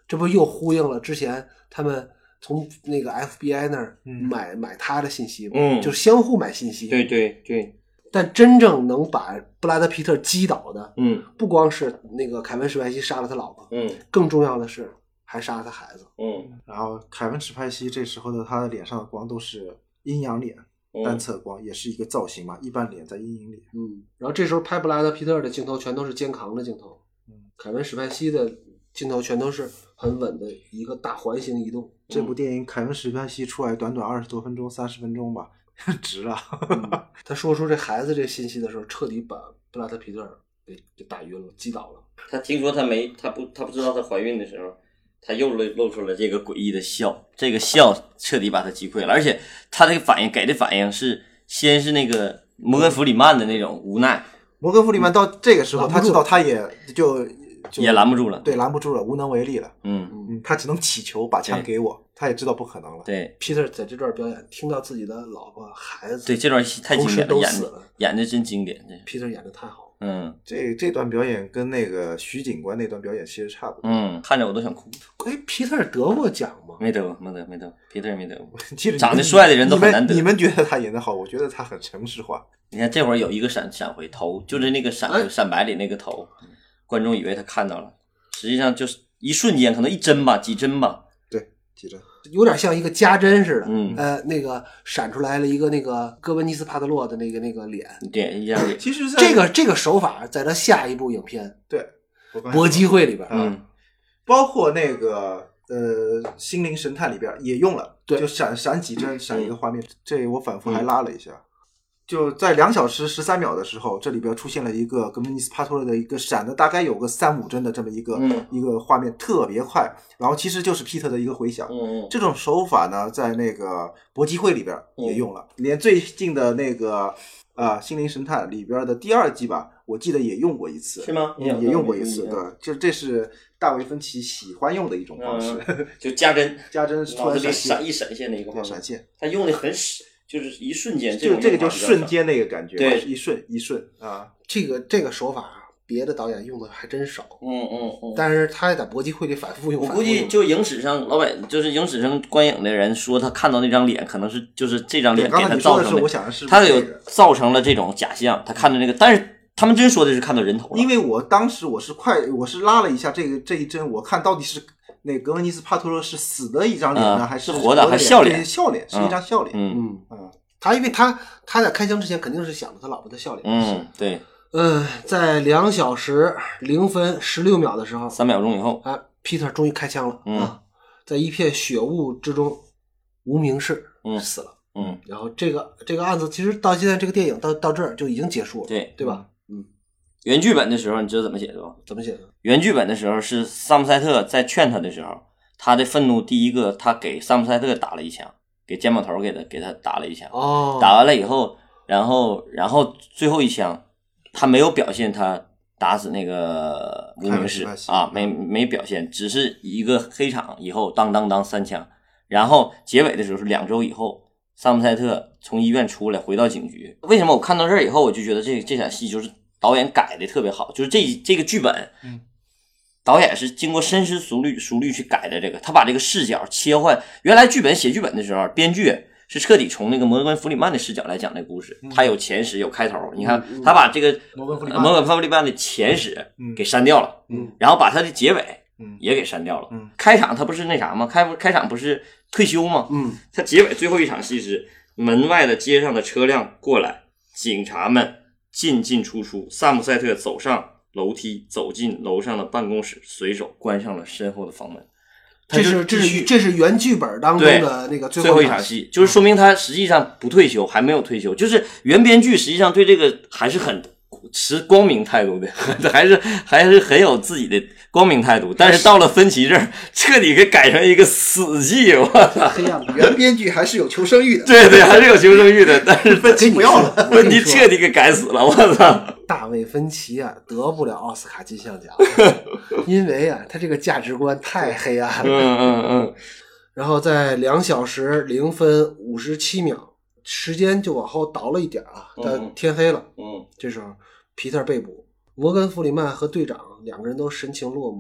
这不又呼应了之前他们从那个 F B I 那儿买、嗯、买他的信息吗？ 嗯， 就是相互买信息。 对对对。 但真正能把布拉德皮特击倒的， 嗯， 不光是那个凯文史派西杀了他老婆， 嗯， 更重要的是还杀了他孩子， 嗯。 然后凯文史派西这时候的他的脸上的光都是阴阳脸， 嗯、 单侧光，也是一个造型嘛，一般脸在阴影里。 嗯，然后这时候拍布拉德皮特的镜头全都是肩扛的镜头，嗯，凯文史派西的镜头全都是很稳的一个大环形移动。 这部电影凯文史派西出来短短二十多分钟，三十分钟吧。值了、 嗯。他说出这孩子这信息的时候，彻底把布拉德皮特给给打晕了，击倒了。 他听说他没，他不，他不知道她怀孕的时候，他又露露出了这个诡异的笑，这个笑彻底把他击溃了。而且他这个反应给的反应是，先是那个摩根弗里曼的那种无奈。 摩根弗里曼到这个时候，他知道他也就。就也拦不住了， 对，拦不住了，无能为力了。 嗯嗯，他只能祈求把枪给我，他也知道不可能了。 对 ，Peter 在这段表演，听到自己的老婆、孩子， 对这段戏太经典了， 都死了， 演的真经典。 Peter 演的太好了。 嗯， 这这段表演跟那个徐警官那段表演其实差不多。 嗯，看着我都想哭。 哎 ，Peter 得过奖吗？ 没得过，没得，没得 ，Peter 没得过。 其实长得帅的人都很难得。 你们, 你们觉得他演的好，我觉得他很程式化。 你看这会儿有一个闪闪回头，就是那个闪、哎、闪白里那个头，观众以为他看到了。实际上就是一瞬间，可能一帧吧，几帧吧。 对，几帧， 有点像一个加帧似的。 嗯， 呃，那个闪出来了一个那个哥文尼斯帕特洛的那个那个脸， 点一下脸。 其实这个这个手法在他下一部影片对搏击会里边， 嗯， 包括那个呃心灵神探里边也用了， 对， 就闪闪几帧，闪一个画面。嗯、这我反复还拉了一下。嗯就在两小时十三秒的时候，这里边出现了一个格门尼斯帕托勒的一个闪的大概有个三五帧的这么一个、 嗯、 一个画面，特别快。然后其实就是 Peter 的一个回响。 嗯、 这种手法呢，在那个搏击会里边也用了，嗯、连最近的那个啊、呃、心灵神探里边的第二季吧，我记得也用过一次。 是吗？ 也用过一次，对，就这是大卫芬奇喜欢用的一种方式， 嗯、就加帧， 加帧突然闪一闪现的一个画面， 闪现， 他用的很闪。就是一瞬间， 就这个就瞬间那个感觉， 对， 一瞬一瞬啊， 这个这个手法，别的导演用的还真少， 嗯嗯嗯， 但是他在搏击会里反复用， 我估计就影史上老百，就是影史上观影的人说他看到那张脸，可能是就是这张脸给他造成的，我想的是他有造成了这种假象，他看到那个，但是他们真说的是看到人头了， 因为我当时我是快，我是拉了一下这个这一帧，我看到底是。那格文尼斯帕托勒是死的一张脸呢， 嗯、 还是活的？还笑脸？ 笑脸是一张笑脸。 嗯嗯嗯，他因为他他在开枪之前肯定是想着他老婆的笑脸。 嗯，对。 嗯，在两小时零分十六秒的时候， 三秒钟以后， 啊 ，Peter 终于开枪了。 嗯、 啊，在一片血雾之中，无名氏嗯死了。 嗯， 然后这个这个案子其实到现在这个电影到到这儿就已经结束了， 对对吧？ 嗯。原剧本的时候，你知道怎么写的吧？ 怎么写的？ 原剧本的时候是萨姆塞特在劝他的时候，他的愤怒第一个，他给萨姆塞特打了一枪，给肩膀头给他给他打了一枪。 哦， 打完了以后，然后然后最后一枪，他没有表现他打死那个无名氏啊，没没表现，只是一个黑场以后当当当三枪，然后结尾的时候是两周以后。萨姆塞特从医院出来，回到警局。为什么我看到这儿以后，我就觉得这这场戏就是导演改的特别好，就是这这个剧本， 嗯， 导演是经过深思熟虑熟虑去改的这个，他把这个视角切换。原来剧本写剧本的时候，编剧是彻底从那个摩根弗里曼的视角来讲这个故事，他有前史有开头。你看，他把这个摩根弗里摩根弗里曼的前史给删掉了， 嗯， 然后把他的结尾嗯也给删掉了。 嗯， 开场他不是那啥吗？开开场不是退休吗？ 嗯， 他结尾最后一场戏是门外的街上的车辆过来，警察们进进出出，萨姆塞特走上楼梯，走进楼上的办公室，随手关上了身后的房门。 这是这是这是原剧本当中的那个最后一场戏，就是说明他实际上不退休，还没有退休，就是原编剧实际上对这个还是很持光明态度的，还是还是很有自己的光明态度，但是到了芬奇这儿，彻底给改成一个死寂，我操！ 黑暗原编剧还是有求生欲的， 对对，还是有求生欲的，但是芬奇不要了， 芬奇彻底给改死了，我操！ 大卫芬奇啊，得不了奥斯卡金像奖，因为啊，他这个价值观太黑暗了。 嗯嗯嗯。 然后在两小时零分五十七秒，时间就往后倒了一点啊，但天黑了。 嗯， 这时候皮特被捕，摩根弗里曼和队长两个人都神情落寞。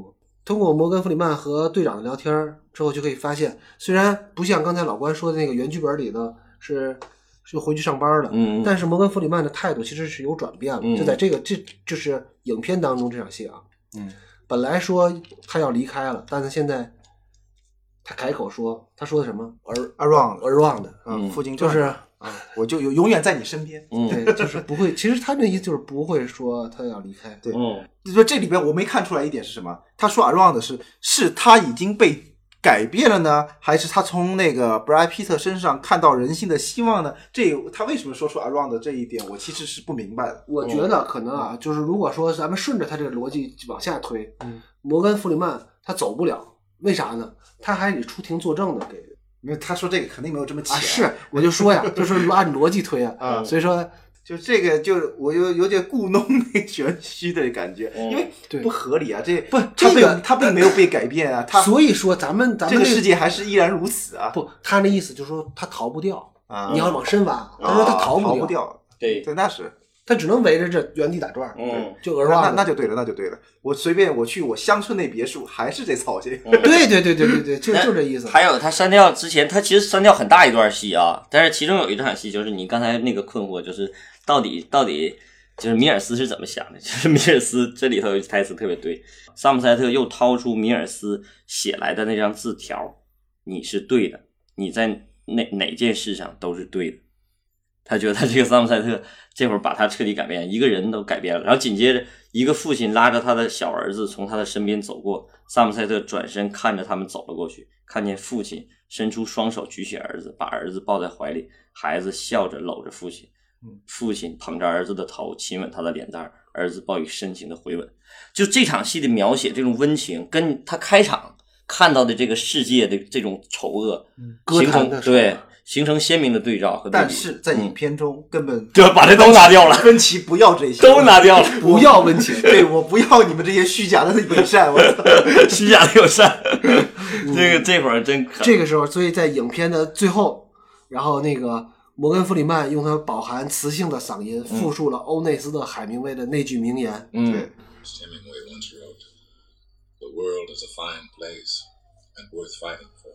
通过摩根·弗里曼和队长的聊天之后，就可以发现，虽然不像刚才老关说的那个原剧本里的是是回去上班的， 嗯， 但是摩根·弗里曼的态度其实是有转变了。 嗯、 就在这个这就是影片当中这场戏啊， 嗯， 本来说他要离开了，但是现在他改口说，他说的什么？而 around around 的， 嗯，附近就是啊，我就有永远在你身边。 嗯， 对，就是不会。其实他这意思就是不会说他要离开。 对， 嗯， 就说这里边我没看出来一点是什么？他说 around 是是他已经被改变了呢，还是他从那个 Brad Pitt 身上看到人性的希望呢？这他为什么说出 around 这一点，我其实是不明白的。 我觉得可能啊，嗯、就是如果说咱们顺着他这个逻辑往下推， 嗯， 摩根·弗里曼他走不了，为啥呢？他还得出庭作证的给。 因为他说这个肯定没有这么浅、 啊，是，我就说呀，就是按逻辑推啊， 啊， 所以说就这个就我有有点故弄那玄虚的感觉， 嗯、 因为不合理啊，这不这个他并没有被改变啊，他所以说咱们咱们这个世界还是依然如此啊， 不，他那意思就是说他逃不掉啊， 你要往深挖，他说他逃不掉， 掉， 对对，那是。 他只能围着这原地打转， 嗯， 就额外那那就对了，那就对了。我随便我去我乡村那别墅，还是这操性。 对对对对对对，就就这意思。 还有他删掉之前，他其实删掉很大一段戏啊，但是其中有一场戏就是你刚才那个困惑，就是到底到底就是米尔斯是怎么想的？就是米尔斯这里头有一台词特别对，萨姆塞特又掏出米尔斯写来的那张字条，你是对的，你在哪哪件事上都是对的。他觉得他这个萨姆塞特这会儿把他彻底改变，一个人都改变了。然后紧接着，一个父亲拉着他的小儿子从他的身边走过，萨姆塞特转身看着他们走了过去，看见父亲伸出双手举起儿子，把儿子抱在怀里，孩子笑着搂着父亲，父亲捧着儿子的头亲吻他的脸蛋，儿子报以深情的回吻。就这场戏的描写，这种温情跟他开场看到的这个世界的这种丑恶，形成对。形成鲜明的对照和对比， 但是在影片中、嗯、根本就把这都拿掉了。 温奇不要这些， 都拿掉了， 不要温情。 对，我不要你们这些虚假的友善，我虚假的友善。这个这会儿真可。 这个时候，所以在影片的最后，然后那个摩根·弗里曼用他饱含磁性的嗓音复述了欧内斯特·海明威的那句名言。 嗯。 对。 Hemingway once wrote, "The world is a fine place and worth fighting for."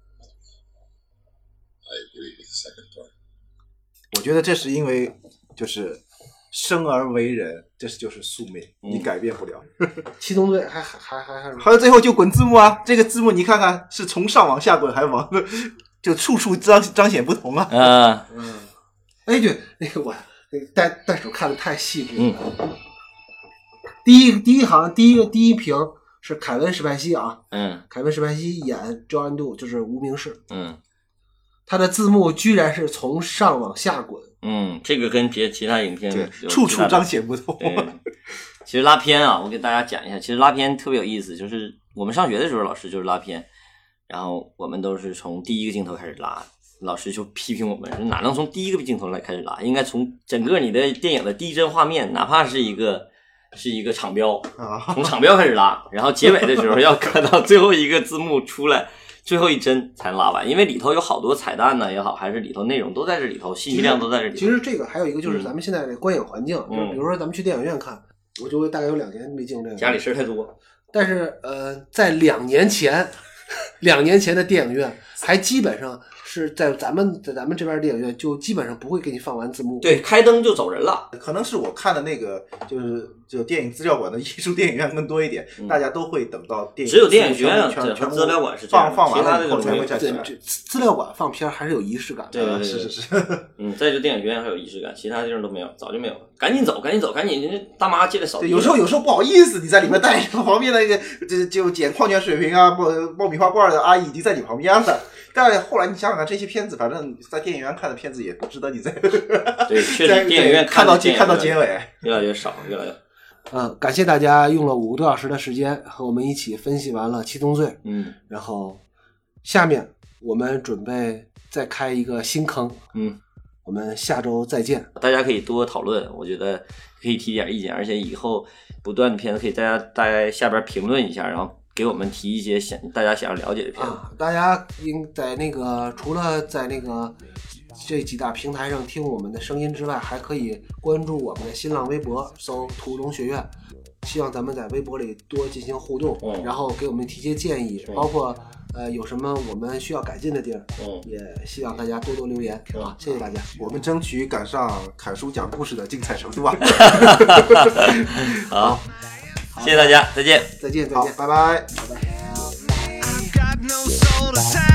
I agree with the second part. 我觉得这是因为就是生而为人，这是就是宿命， 嗯、 你改变不了。 七宗罪还还还还还还有最后就滚字幕啊！这个字幕你看看是从上往下滚，还往就处处彰彰显不同啊！ 嗯嗯，哎对，那个我那个袋袋鼠看的太细致了。 嗯， 第一第一行第一个第一屏是凯文·史派西啊， 嗯， 凯文·史派西演 John Doe 就是无名氏， 嗯。 他的字幕居然是从上往下滚， 嗯，这个跟别其他影片处处彰显不同。 其实拉片啊，我给大家讲一下，其实拉片特别有意思，就是我们上学的时候老师就是拉片，然后我们都是从第一个镜头开始拉，老师就批评我们哪能从第一个镜头来开始拉，应该从整个你的电影的第一帧画面，哪怕是一个是一个场标，从场标开始拉，然后结尾的时候要看到最后一个字幕出来。最后一帧才能拉完，因为里头有好多彩蛋呢也好，还是里头内容都在这里头，信息量都在这里头。 其实这个还有一个就是咱们现在的观影环境， 嗯、 就是比如说咱们去电影院看，我就大概有两年没进这个， 家里事太多。 但是呃，在两年前，两年前的电影院还基本上是在咱们在咱们这边电影院就基本上不会给你放完字幕， 对，开灯就走人了。 可能是我看的那个就是就电影资料馆的艺术电影院更多一点， 嗯、 大家都会等到电影只有电影学院全全资料馆是放放完了以后才会站起来。 资料馆放片还是有仪式感的， 对对对， 是是是。 嗯，再就电影学院还有仪式感，其他地方都没有，早就没有了。赶紧走，赶紧走，赶紧！人家大妈进来扫地。 有时候有时候不好意思，你在里面待着，旁边那个就就捡矿泉水瓶啊、爆爆米花罐的阿姨已经在你旁边了。但后来你想想看，这些片子，反正在电影院看的片子也不值得你在对，确实电影院看到结看到结尾越来越少，越来越。 嗯，感谢大家用了五个多小时的时间和我们一起分析完了《七宗罪》。 嗯， 然后下面我们准备再开一个新坑。 嗯， 我们下周再见。 大家可以多讨论，我觉得可以提点意见，而且以后不断的片子可以大家大家下边评论一下，然后给我们提一些想大家想要了解的片子。 啊，大家应在那个除了在那个这几大平台上听我们的声音之外，还可以关注我们的新浪微博，搜“屠龙学院”。 希望咱们在微博里多进行互动， 嗯然后给我们提些建议， 嗯包括呃有什么我们需要改进的地儿， 嗯也希望大家多多留言嗯啊，谢谢大家。 我们争取赶上凯叔讲故事的精彩程度啊！ 好，谢谢大家，再见。 再见，再见， 好拜拜。 拜拜。 I've got no soul to